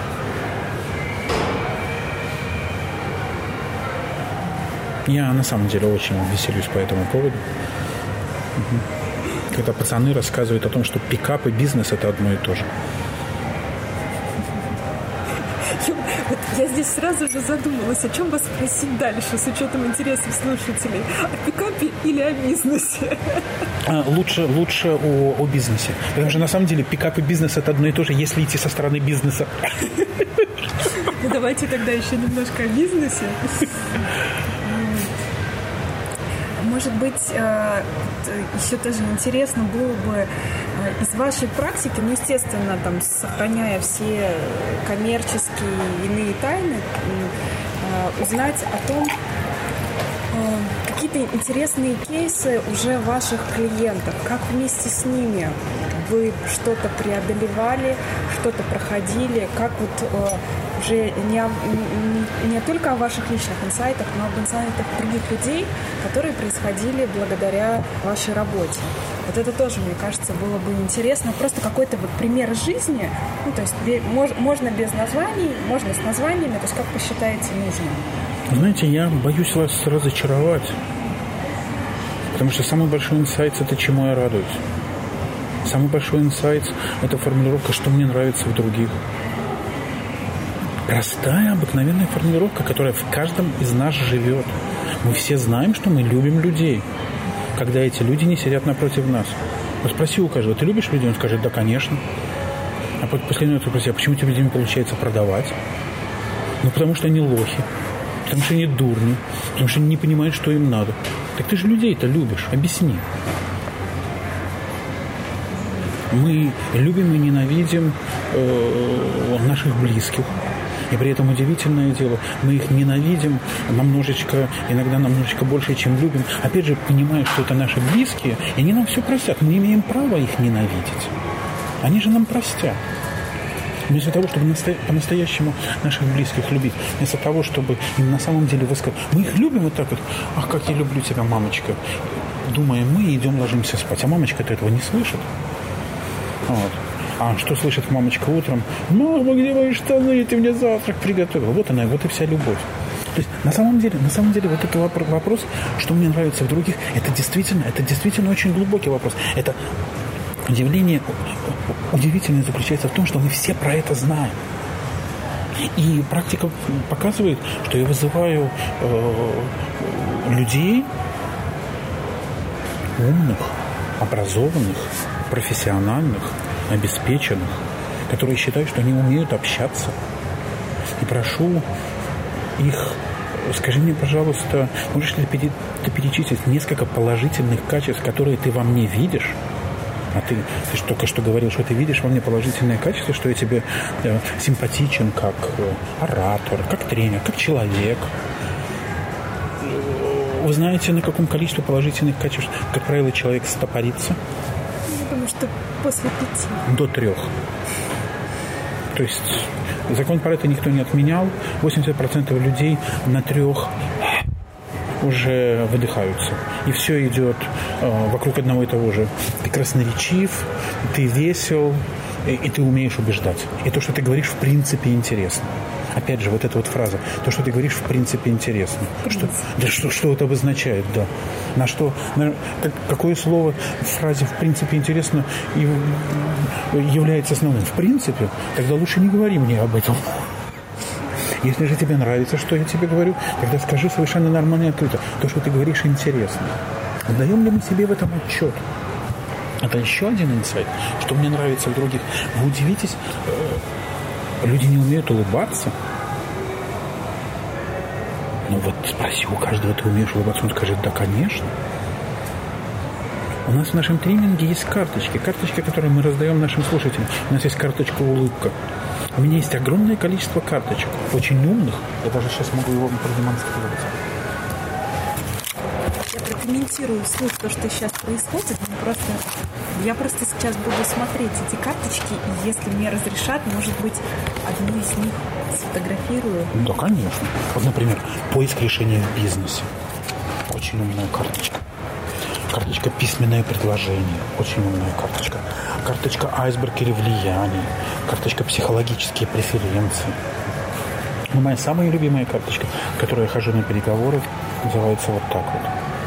Я на самом деле очень веселюсь по этому поводу. Когда пацаны рассказывают о том, что пикап и бизнес – это одно и то же. Вот я здесь сразу же задумалась, о чем вас спросить дальше, с учетом интересов слушателей. О пикапе или о бизнесе? А, лучше лучше о, о бизнесе. Потому что на самом деле пикап и бизнес – это одно и то же, если идти со стороны бизнеса. Ну, давайте тогда еще немножко о бизнесе. Может быть, еще тоже интересно было бы из вашей практики, ну, естественно, там, сохраняя все коммерческие и иные тайны, узнать о том, какие-то интересные кейсы уже ваших клиентов, как вместе с ними вы что-то преодолевали, что-то проходили, как вот уже не, о, не, не только о ваших личных инсайтах, но об инсайтах других людей, которые происходили благодаря вашей работе. Вот это тоже, мне кажется, было бы интересно. Просто какой-то вот пример жизни, ну, то есть можно без названий, можно с названиями, то есть как посчитаете нужным. Знаете, я боюсь вас разочаровать, потому что самый большой инсайт – это чему я радуюсь. Самый большой инсайт – это формулировка, что мне нравится в других. Простая, обыкновенная формулировка, которая в каждом из нас живет. Мы все знаем, что мы любим людей, когда эти люди не сидят напротив нас. Вот спроси у каждого, ты любишь людей? Он скажет, да, конечно. А после этого спроси, а почему тебе не получается продавать? Ну, потому что они лохи, потому что они дурни, потому что они не понимают, что им надо. Так ты же людей-то любишь, объясни. Мы любим и ненавидим э, наших близких. И при этом удивительное дело, мы их ненавидим намножечко, иногда намножечко больше, чем любим. Опять же, понимая, что это наши близкие, и они нам все простят. Мы имеем право их ненавидеть. Они же нам простят. Вместо того, чтобы насто... по-настоящему наших близких любить, вместо того, чтобы им на самом деле высказать, мы их любим вот так вот, ах, как я люблю тебя, мамочка. Думаем, мы идем ложимся спать, а мамочка-то этого не слышит. Вот. А что слышит мамочка утром? Мама, где мои штаны? Ты мне завтрак приготовила. Вот она, вот и вся любовь. То есть на самом деле, на самом деле вот этот вопрос, что мне нравится в других, это действительно, это действительно очень глубокий вопрос. Это удивление, удивительное заключается в том, что мы все про это знаем. И практика показывает, что я вызываю э, людей умных, образованных, профессиональных, обеспеченных, которые считают, что они умеют общаться. И прошу их, скажи мне, пожалуйста, можешь ли ты перечислить несколько положительных качеств, которые ты во мне видишь? А ты, ты же только что говорил, что ты видишь во мне положительные качества, что я тебе э, симпатичен как э, оратор, как тренер, как человек. Вы знаете, на каком количестве положительных качеств, как правило, человек стопорится? Потому что после пяти. До трех. То есть закон Парето никто не отменял. восемьдесят процентов людей на трех уже выдыхаются. И все идет э, вокруг одного и того же. Ты красноречив, ты весел, и, и ты умеешь убеждать. И то, что ты говоришь, в принципе, интересно. Опять же, вот эта вот фраза. То, что ты говоришь, в принципе, интересно. Что, да, что, что это обозначает, да. На что, на, как, какое слово в фразе «в принципе, интересно» и, является основным? В принципе, тогда лучше не говори мне об этом. Если же тебе нравится, что я тебе говорю, тогда скажи совершенно нормально и открыто. То, что ты говоришь, интересно. Отдаем ли мы себе в этом отчет? Это еще один инсайт, что мне нравится в других. Вы удивитесь, люди не умеют улыбаться. Ну вот спроси у каждого, ты умеешь улыбаться? Он скажет, да, конечно. У нас в нашем тренинге есть карточки. Карточки, которые мы раздаем нашим слушателям. У нас есть карточка «Улыбка». У меня есть огромное количество карточек, очень умных. Я даже сейчас могу его продемонстрировать. Я прокомментирую вслух то, что сейчас происходит. Мне просто, я просто сейчас буду смотреть эти карточки, и если мне разрешат, может быть, одну из них сфотографирую. Да, конечно. Вот, например, поиск решения в бизнесе. Очень умная карточка. Карточка «Письменное предложение». Очень умная карточка. Карточка «Айсберг или влияние». Карточка «Психологические преференции». Но моя самая любимая карточка, в которой я хожу на переговоры, называется вот так вот.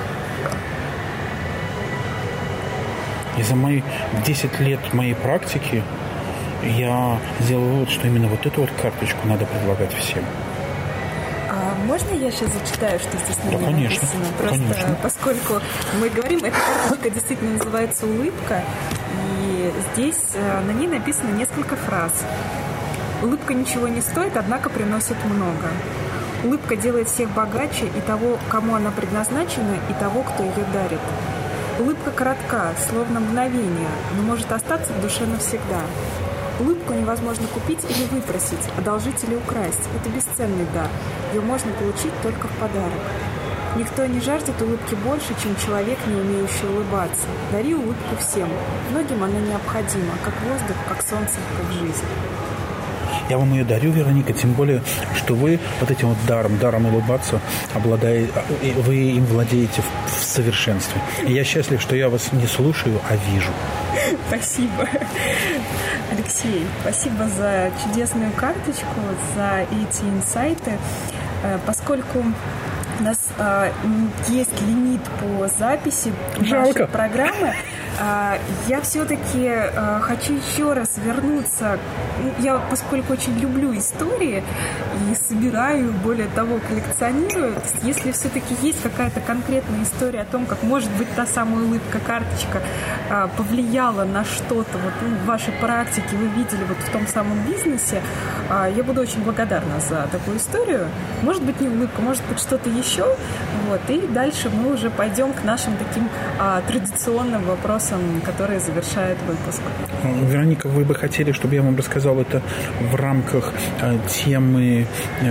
И за мои десять лет моей практики я сделал вывод, что именно вот эту вот карточку надо предлагать всем. Можно я сейчас зачитаю, что здесь на ней да, конечно, написано? Просто конечно. Поскольку мы говорим, эта карточка действительно называется «Улыбка», и здесь на ней написано несколько фраз. Улыбка ничего не стоит, однако приносит много. Улыбка делает всех богаче и того, кому она предназначена, и того, кто ее дарит. Улыбка коротка, словно мгновение, но может остаться в душе навсегда. Улыбку невозможно купить или выпросить, одолжить или украсть. Это бесценный дар. Ее можно получить только в подарок. Никто не жаждет улыбки больше, чем человек, не умеющий улыбаться. Дари улыбку всем. Многим она необходима, как воздух, как солнце, как жизнь. Я вам ее дарю, Вероника, тем более, что вы вот этим вот даром, даром улыбаться, обладаете, вы им владеете в, в совершенстве. И я счастлив, что я вас не слушаю, а вижу. Спасибо. Алексей, спасибо за чудесную карточку, за эти инсайты. Поскольку у нас э, есть лимит по записи Жалко. нашей программы, э, я все-таки э, хочу еще раз вернуться. Я, поскольку очень люблю истории и собираю, более того, коллекционирую, то есть, если все-таки есть какая-то конкретная история о том, как, может быть, та самая улыбка-карточка э, повлияла на что-то вот, ну, в вашей практике, вы видели вот в том самом бизнесе, э, я буду очень благодарна за такую историю. Может быть, не улыбка, может быть, что-то еще. Вот, и дальше мы уже пойдем к нашим таким а, традиционным вопросам, которые завершают выпуск. Вероника, вы бы хотели, чтобы я вам рассказал это в рамках а, темы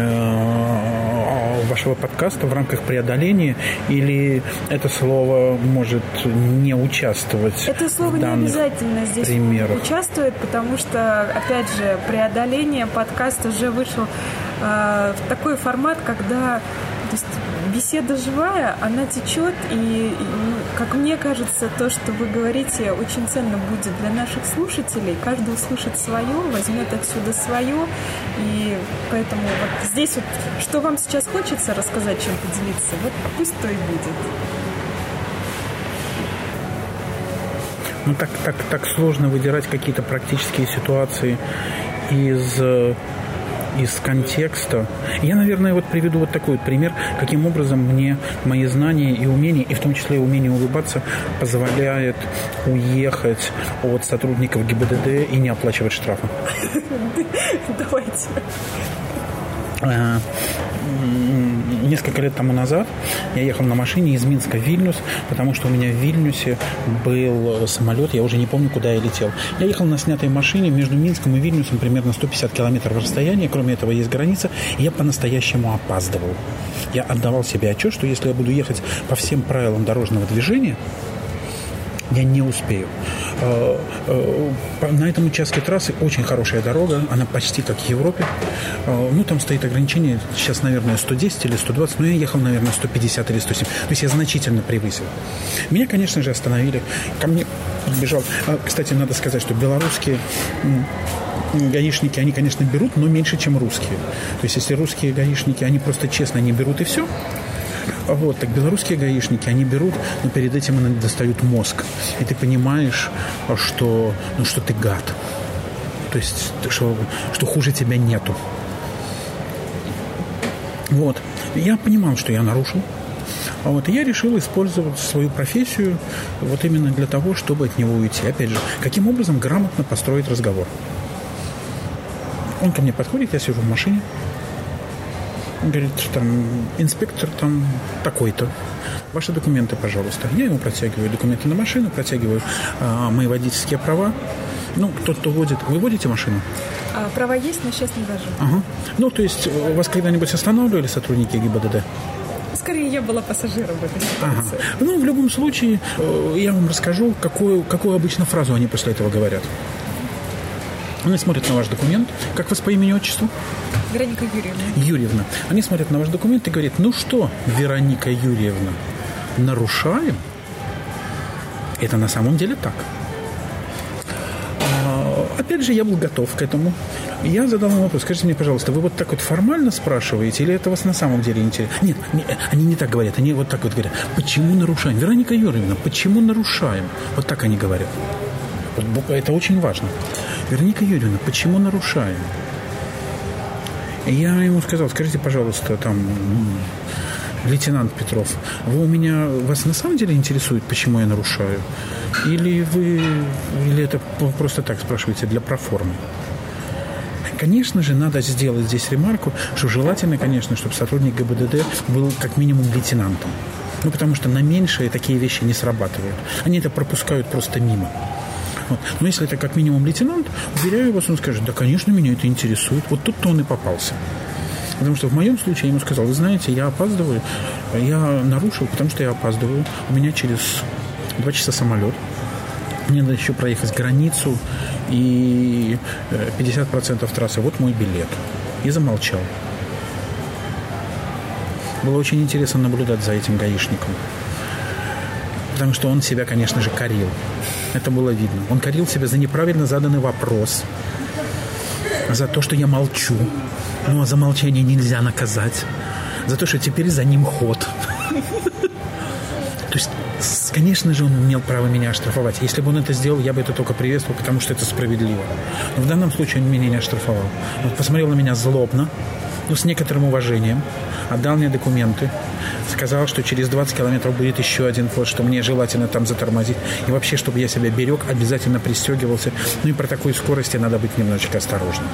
а, вашего подкаста, в рамках преодоления, или это слово может не участвовать? Это слово в не обязательно здесь примерах. участвует, потому что, опять же, преодоление, подкаст уже вышел а, в такой формат, когда то есть беседа живая, она течет, и, и, как мне кажется, то, что вы говорите, очень ценно будет для наших слушателей. Каждый услышит свое, возьмет отсюда свое, и поэтому вот здесь вот, что вам сейчас хочется рассказать, чем поделиться, вот пусть то и будет. Ну, так, так, так сложно выдирать какие-то практические ситуации из... из контекста. Я, наверное, вот приведу вот такой вот пример, каким образом мне мои знания и умения, и в том числе умение улыбаться, позволяет уехать от сотрудников ГИБДД и не оплачивать штрафы. Давайте. Несколько лет тому назад я ехал на машине из Минска в Вильнюс, потому что у меня в Вильнюсе был самолет, я уже не помню, куда я летел. Я ехал на снятой машине, между Минском и Вильнюсом примерно сто пятьдесят километров расстояния, кроме этого есть граница, и я по-настоящему опаздывал. Я отдавал себе отчет, что если я буду ехать по всем правилам дорожного движения, Я не успею. На этом участке трассы очень хорошая дорога, она почти как в Европе. Ну, там стоит ограничение, сейчас, наверное, сто десять или сто двадцать, но я ехал, наверное, сто пятьдесят или сто семьдесят. То есть я значительно превысил. Меня, конечно же, остановили. Ко мне подбежал. Кстати, надо сказать, что белорусские гаишники, они, конечно, берут, но меньше, чем русские. То есть если русские гаишники, они просто честно не берут и все. Вот, так белорусские гаишники, они берут, но перед этим они достают мозг. И ты понимаешь, что, ну, что ты гад. То есть, что, что хуже тебя нету. Вот. Я понимал, что я нарушил. Вот, и я решил использовать свою профессию вот именно для того, чтобы от него уйти. Опять же, каким образом грамотно построить разговор. Он ко мне подходит, я сижу в машине. Он говорит, там, инспектор там такой-то. Ваши документы, пожалуйста. Я ему протягиваю документы на машину, протягиваю а, мои водительские права. Ну, тот, кто водит. Вы водите машину? А, права есть, но сейчас не вожу. Ага. Ну, то есть, вас когда-нибудь останавливали сотрудники ГИБДД? Скорее, я была пассажиром в этой ситуации. Ага. Ну, в любом случае, я вам расскажу, какую, какую обычно фразу они после этого говорят. Они смотрят на ваш документ. Как вас по имени-отчеству? Вероника Юрьевна. Юрьевна. Они смотрят на ваш документ и говорят, ну что, Вероника Юрьевна, нарушаем? Это на самом деле так. А, опять же, я был готов к этому. Я задал им вопрос, скажите мне, пожалуйста, вы вот так вот формально спрашиваете, или это вас на самом деле интересно? Нет, не, они не так говорят, они вот так вот говорят, почему нарушаем? Вероника Юрьевна, почему нарушаем? Вот так они говорят. Это очень важно. Вероника Юрьевна, почему нарушаем? Я ему сказал, скажите, пожалуйста, там, лейтенант Петров, вы у меня, вас на самом деле интересует, почему я нарушаю? Или вы, или это просто так спрашиваете для проформы? Конечно же, надо сделать здесь ремарку, что желательно, конечно, чтобы сотрудник ГИБДД был как минимум лейтенантом. Ну, потому что на меньшие такие вещи не срабатывают. Они это пропускают просто мимо. Вот. Но если это как минимум лейтенант, уверяю вас, он скажет, да, конечно, меня это интересует. Вот тут-то он и попался. Потому что в моем случае я ему сказал, вы знаете, я опаздываю, я нарушил, потому что я опаздываю. У меня через два часа самолет. Мне надо еще проехать границу и пятьдесят процентов трассы. Вот мой билет. И замолчал. Было очень интересно наблюдать за этим гаишником. Потому что он себя, конечно же, корил. Это было видно. Он корил себя за неправильно заданный вопрос. За то, что я молчу. Ну, а за молчание нельзя наказать. За то, что теперь за ним ход. То есть, конечно же, он имел право меня оштрафовать. Если бы он это сделал, я бы это только приветствовал, потому что это справедливо. Но в данном случае он меня не оштрафовал. Он посмотрел на меня злобно, но с некоторым уважением, отдал мне документы, сказал, что через двадцать километров будет еще один пост, что мне желательно там затормозить. И вообще, чтобы я себя берег, обязательно пристегивался. Ну и про такой скорости надо быть немножечко осторожным.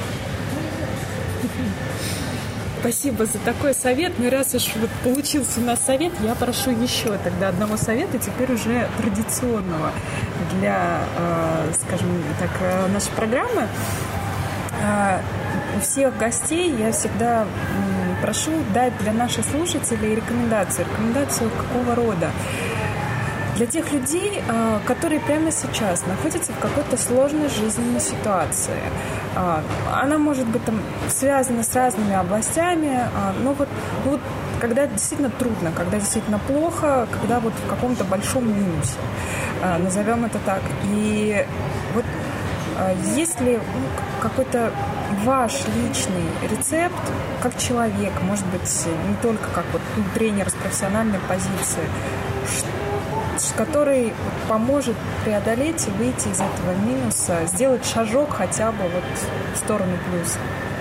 Спасибо за такой совет. Ну, раз уж вот получился у нас совет, я прошу еще тогда одного совета, теперь уже традиционного для, э, скажем так, нашей программы. Э, у всех гостей я всегда м, прошу дать для наших слушателей рекомендацию. Рекомендацию какого рода? Для тех людей, которые прямо сейчас находятся в какой-то сложной жизненной ситуации. Она может быть там связана с разными областями, но вот, вот когда действительно трудно, когда действительно плохо, когда вот в каком-то большом минусе, назовем это так. И вот есть ли какой-то ваш личный рецепт, как человек, может быть, не только как вот тренер с профессиональной позиции, который поможет преодолеть и выйти из этого минуса, сделать шажок хотя бы вот в сторону плюса?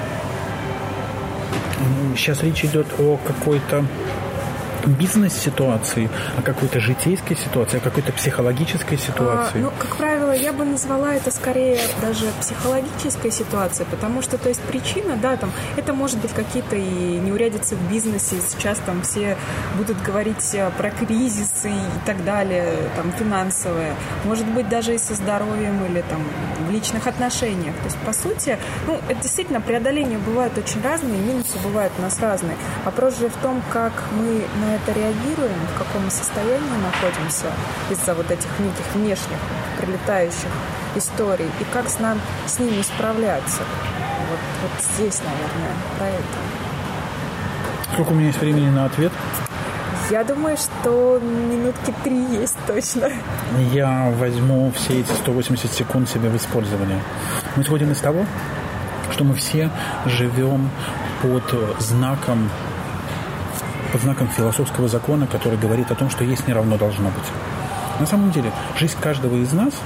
Сейчас речь идет о какой-то бизнес-ситуации, о какой-то житейской ситуации, о какой-то психологической ситуации? А, ну, как правило, я бы назвала это скорее даже психологической ситуацией, потому что, то есть, причина, да, там, это может быть какие-то и неурядицы в бизнесе, сейчас там все будут говорить про кризисы и так далее, там, финансовые, может быть, даже и со здоровьем или там в личных отношениях. То есть, по сути, ну, это действительно преодоления бывают очень разные, минусы бывают у нас разные. Вопрос же в том, как мы на это реагируем, в каком состоянии находимся из-за вот этих неких внешних прилетающих историй, и как с, нам, с ними справляться. Вот, вот здесь, наверное, про это. Сколько у меня есть времени на ответ? Я думаю, что минутки три есть точно. Я возьму все эти сто восемьдесят секунд себе в использование. Мы исходим из того, что мы все живем под знаком, под знаком философского закона, который говорит о том, что есть не равно должно быть. На самом деле, жизнь каждого из нас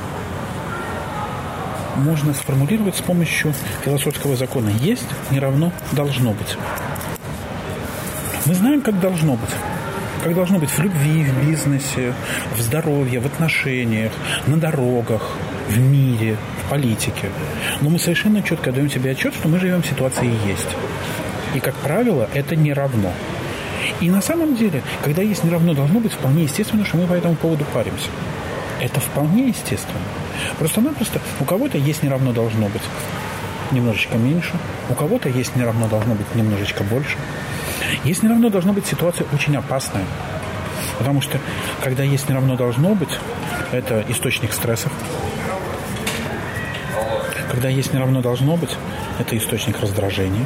можно сформулировать с помощью философского закона. Есть не равно должно быть. Мы знаем, как должно быть. Как должно быть в любви, в бизнесе, в здоровье, в отношениях, на дорогах, в мире, в политике. Но мы совершенно четко даем себе отчет, что мы живем в ситуации «есть». И, как правило, это не равно. И на самом деле, когда есть не равно должно быть, вполне естественно, что мы по этому поводу паримся. Это вполне естественно. Просто-напросто у кого-то есть не равно должно быть немножечко меньше, у кого-то есть не равно должно быть немножечко больше. Есть не равно должно быть ситуация очень опасная. Потому что, когда есть не равно должно быть, это источник стрессов. Когда есть не равно должно быть, это источник раздражения.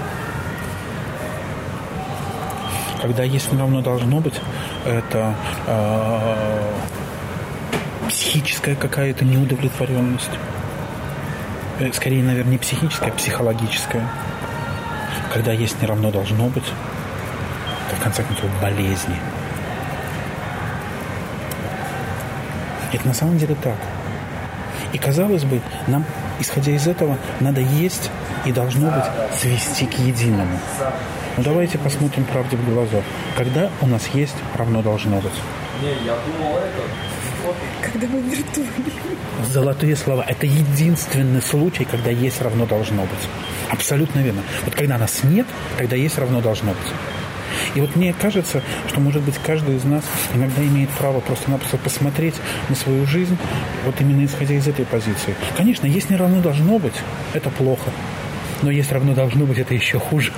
Когда есть не равно должно быть, это э, психическая какая-то неудовлетворенность. Скорее, наверное, не психическая, а психологическая. Когда есть не равно должно быть, это, в конце концов, болезни. Это на самом деле так. И, казалось бы, нам, исходя из этого, надо есть и должно быть свести к единому. Но давайте посмотрим правде в глаза. Когда у нас есть, равно должно быть. Когда мы виртуальны. Золотые слова. Это единственный случай, когда есть, равно должно быть. Абсолютно верно. Вот когда нас нет, тогда есть, равно должно быть. И вот мне кажется, что, может быть, каждый из нас иногда имеет право просто-напросто посмотреть на свою жизнь, вот именно исходя из этой позиции. Конечно, есть не равно должно быть, это плохо. Но есть равно должно быть, это еще хуже.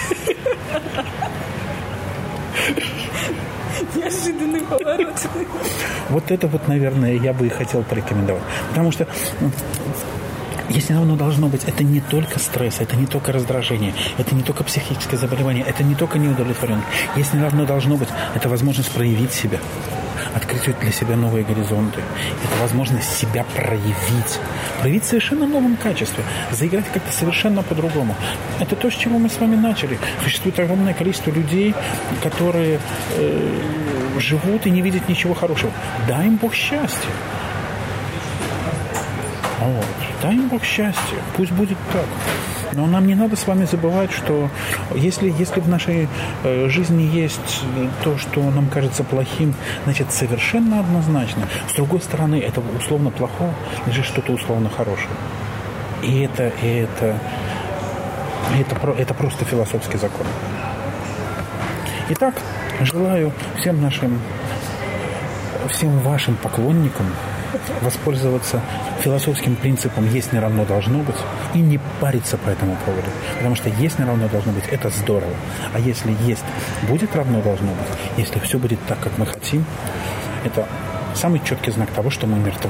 Неожиданный поворот. Вот это вот, наверное, я бы и хотел порекомендовать. Потому что если равно должно быть, это не только стресс, это не только раздражение, это не только психическое заболевание, это не только неудовлетворенность. Если равно должно быть, это возможность проявить себя, открыть для себя новые горизонты. Это возможность себя проявить. Проявить в совершенно новом качестве. Заиграть как-то совершенно по-другому. Это то, с чего мы с вами начали. Существует огромное количество людей, которые э, живут и не видят ничего хорошего. Дай им Бог счастья. Вот. Дай им Бог счастья. Пусть будет так. Но нам не надо с вами забывать, что если, если в нашей э, жизни есть то, что нам кажется плохим, значит, совершенно однозначно. С другой стороны, это условно плохое, лежит что-то условно хорошее. И это, и это, и это, это просто философский закон. Итак, желаю всем нашим, всем вашим поклонникам воспользоваться философским принципом «есть не равно должно быть» и не париться по этому поводу. Потому что «есть не равно должно быть» — это здорово. А если «есть будет равно должно быть», если все будет так, как мы хотим, это самый четкий знак того, что мы мертвы.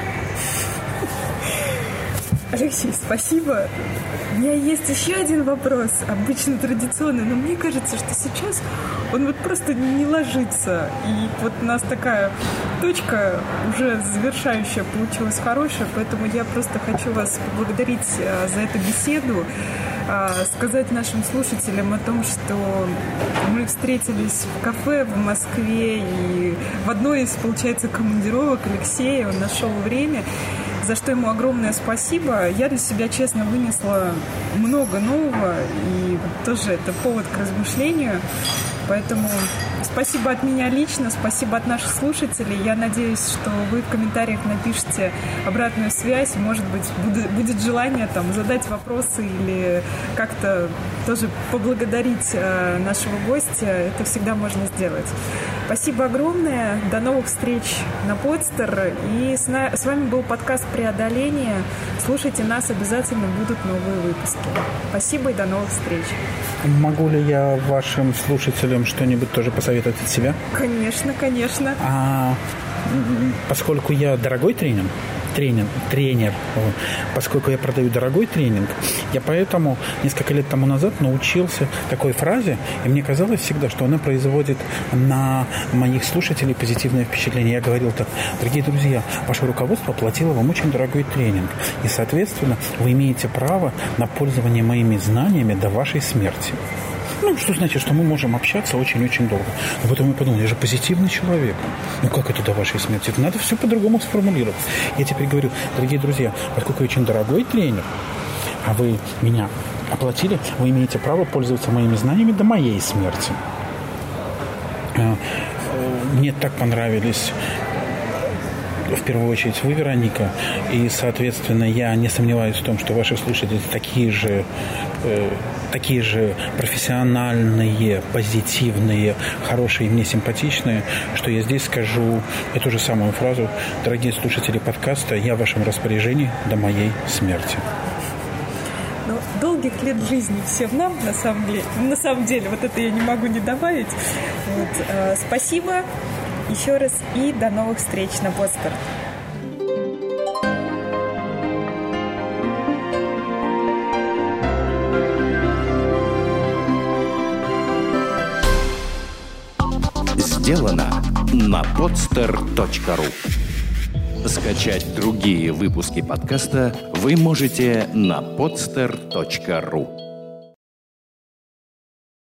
Алексей, спасибо. У меня есть еще один вопрос, обычно традиционный, но мне кажется, что сейчас он вот просто не ложится. И вот у нас такая точка уже завершающая получилась хорошая, поэтому я просто хочу вас поблагодарить за эту беседу, сказать нашим слушателям о том, что мы встретились в кафе в Москве, и в одной из, получается, командировок Алексея он нашел время, за что ему огромное спасибо. Я для себя, честно, вынесла много нового, и тоже это повод к размышлению. Поэтому спасибо от меня лично, спасибо от наших слушателей. Я надеюсь, что вы в комментариях напишите обратную связь. Может быть, будет желание там задать вопросы или как-то тоже поблагодарить нашего гостя. Это всегда можно сделать. Спасибо огромное. До новых встреч на Podster. И с, на... с вами был подкаст «Преодоление». Слушайте нас, обязательно будут новые выпуски. Спасибо и до новых встреч. Могу ли я вашим слушателям что-нибудь тоже посоветовать от себя? Конечно, конечно. А, поскольку я дорогой тренер, тренер, тренер, поскольку я продаю дорогой тренинг, я поэтому несколько лет тому назад научился такой фразе, и мне казалось всегда, что она производит на моих слушателей позитивное впечатление. Я говорил так: дорогие друзья, ваше руководство оплатило вам очень дорогой тренинг, и, соответственно, вы имеете право на пользование моими знаниями до вашей смерти. Ну, что значит, что мы можем общаться очень-очень долго. Но потом я подумал, я же позитивный человек. Ну, как это до вашей смерти? Это надо все по-другому сформулировать. Я теперь говорю: дорогие друзья, поскольку я очень дорогой тренер, а вы меня оплатили, вы имеете право пользоваться моими знаниями до моей смерти. Мне так понравились, в первую очередь, вы, Вероника, и, соответственно, я не сомневаюсь в том, что ваши слушатели такие же, э, такие же профессиональные, позитивные, хорошие, мне симпатичные, что я здесь скажу эту же самую фразу: дорогие слушатели подкаста, я в вашем распоряжении до моей смерти. Ну, долгих лет жизни всем нам, на самом деле, на самом деле, вот это я не могу не добавить. Вот, э, спасибо еще раз и до новых встреч на Podster. Сделано на podster точка ru. Скачать другие выпуски подкаста вы можете на podster точка ru.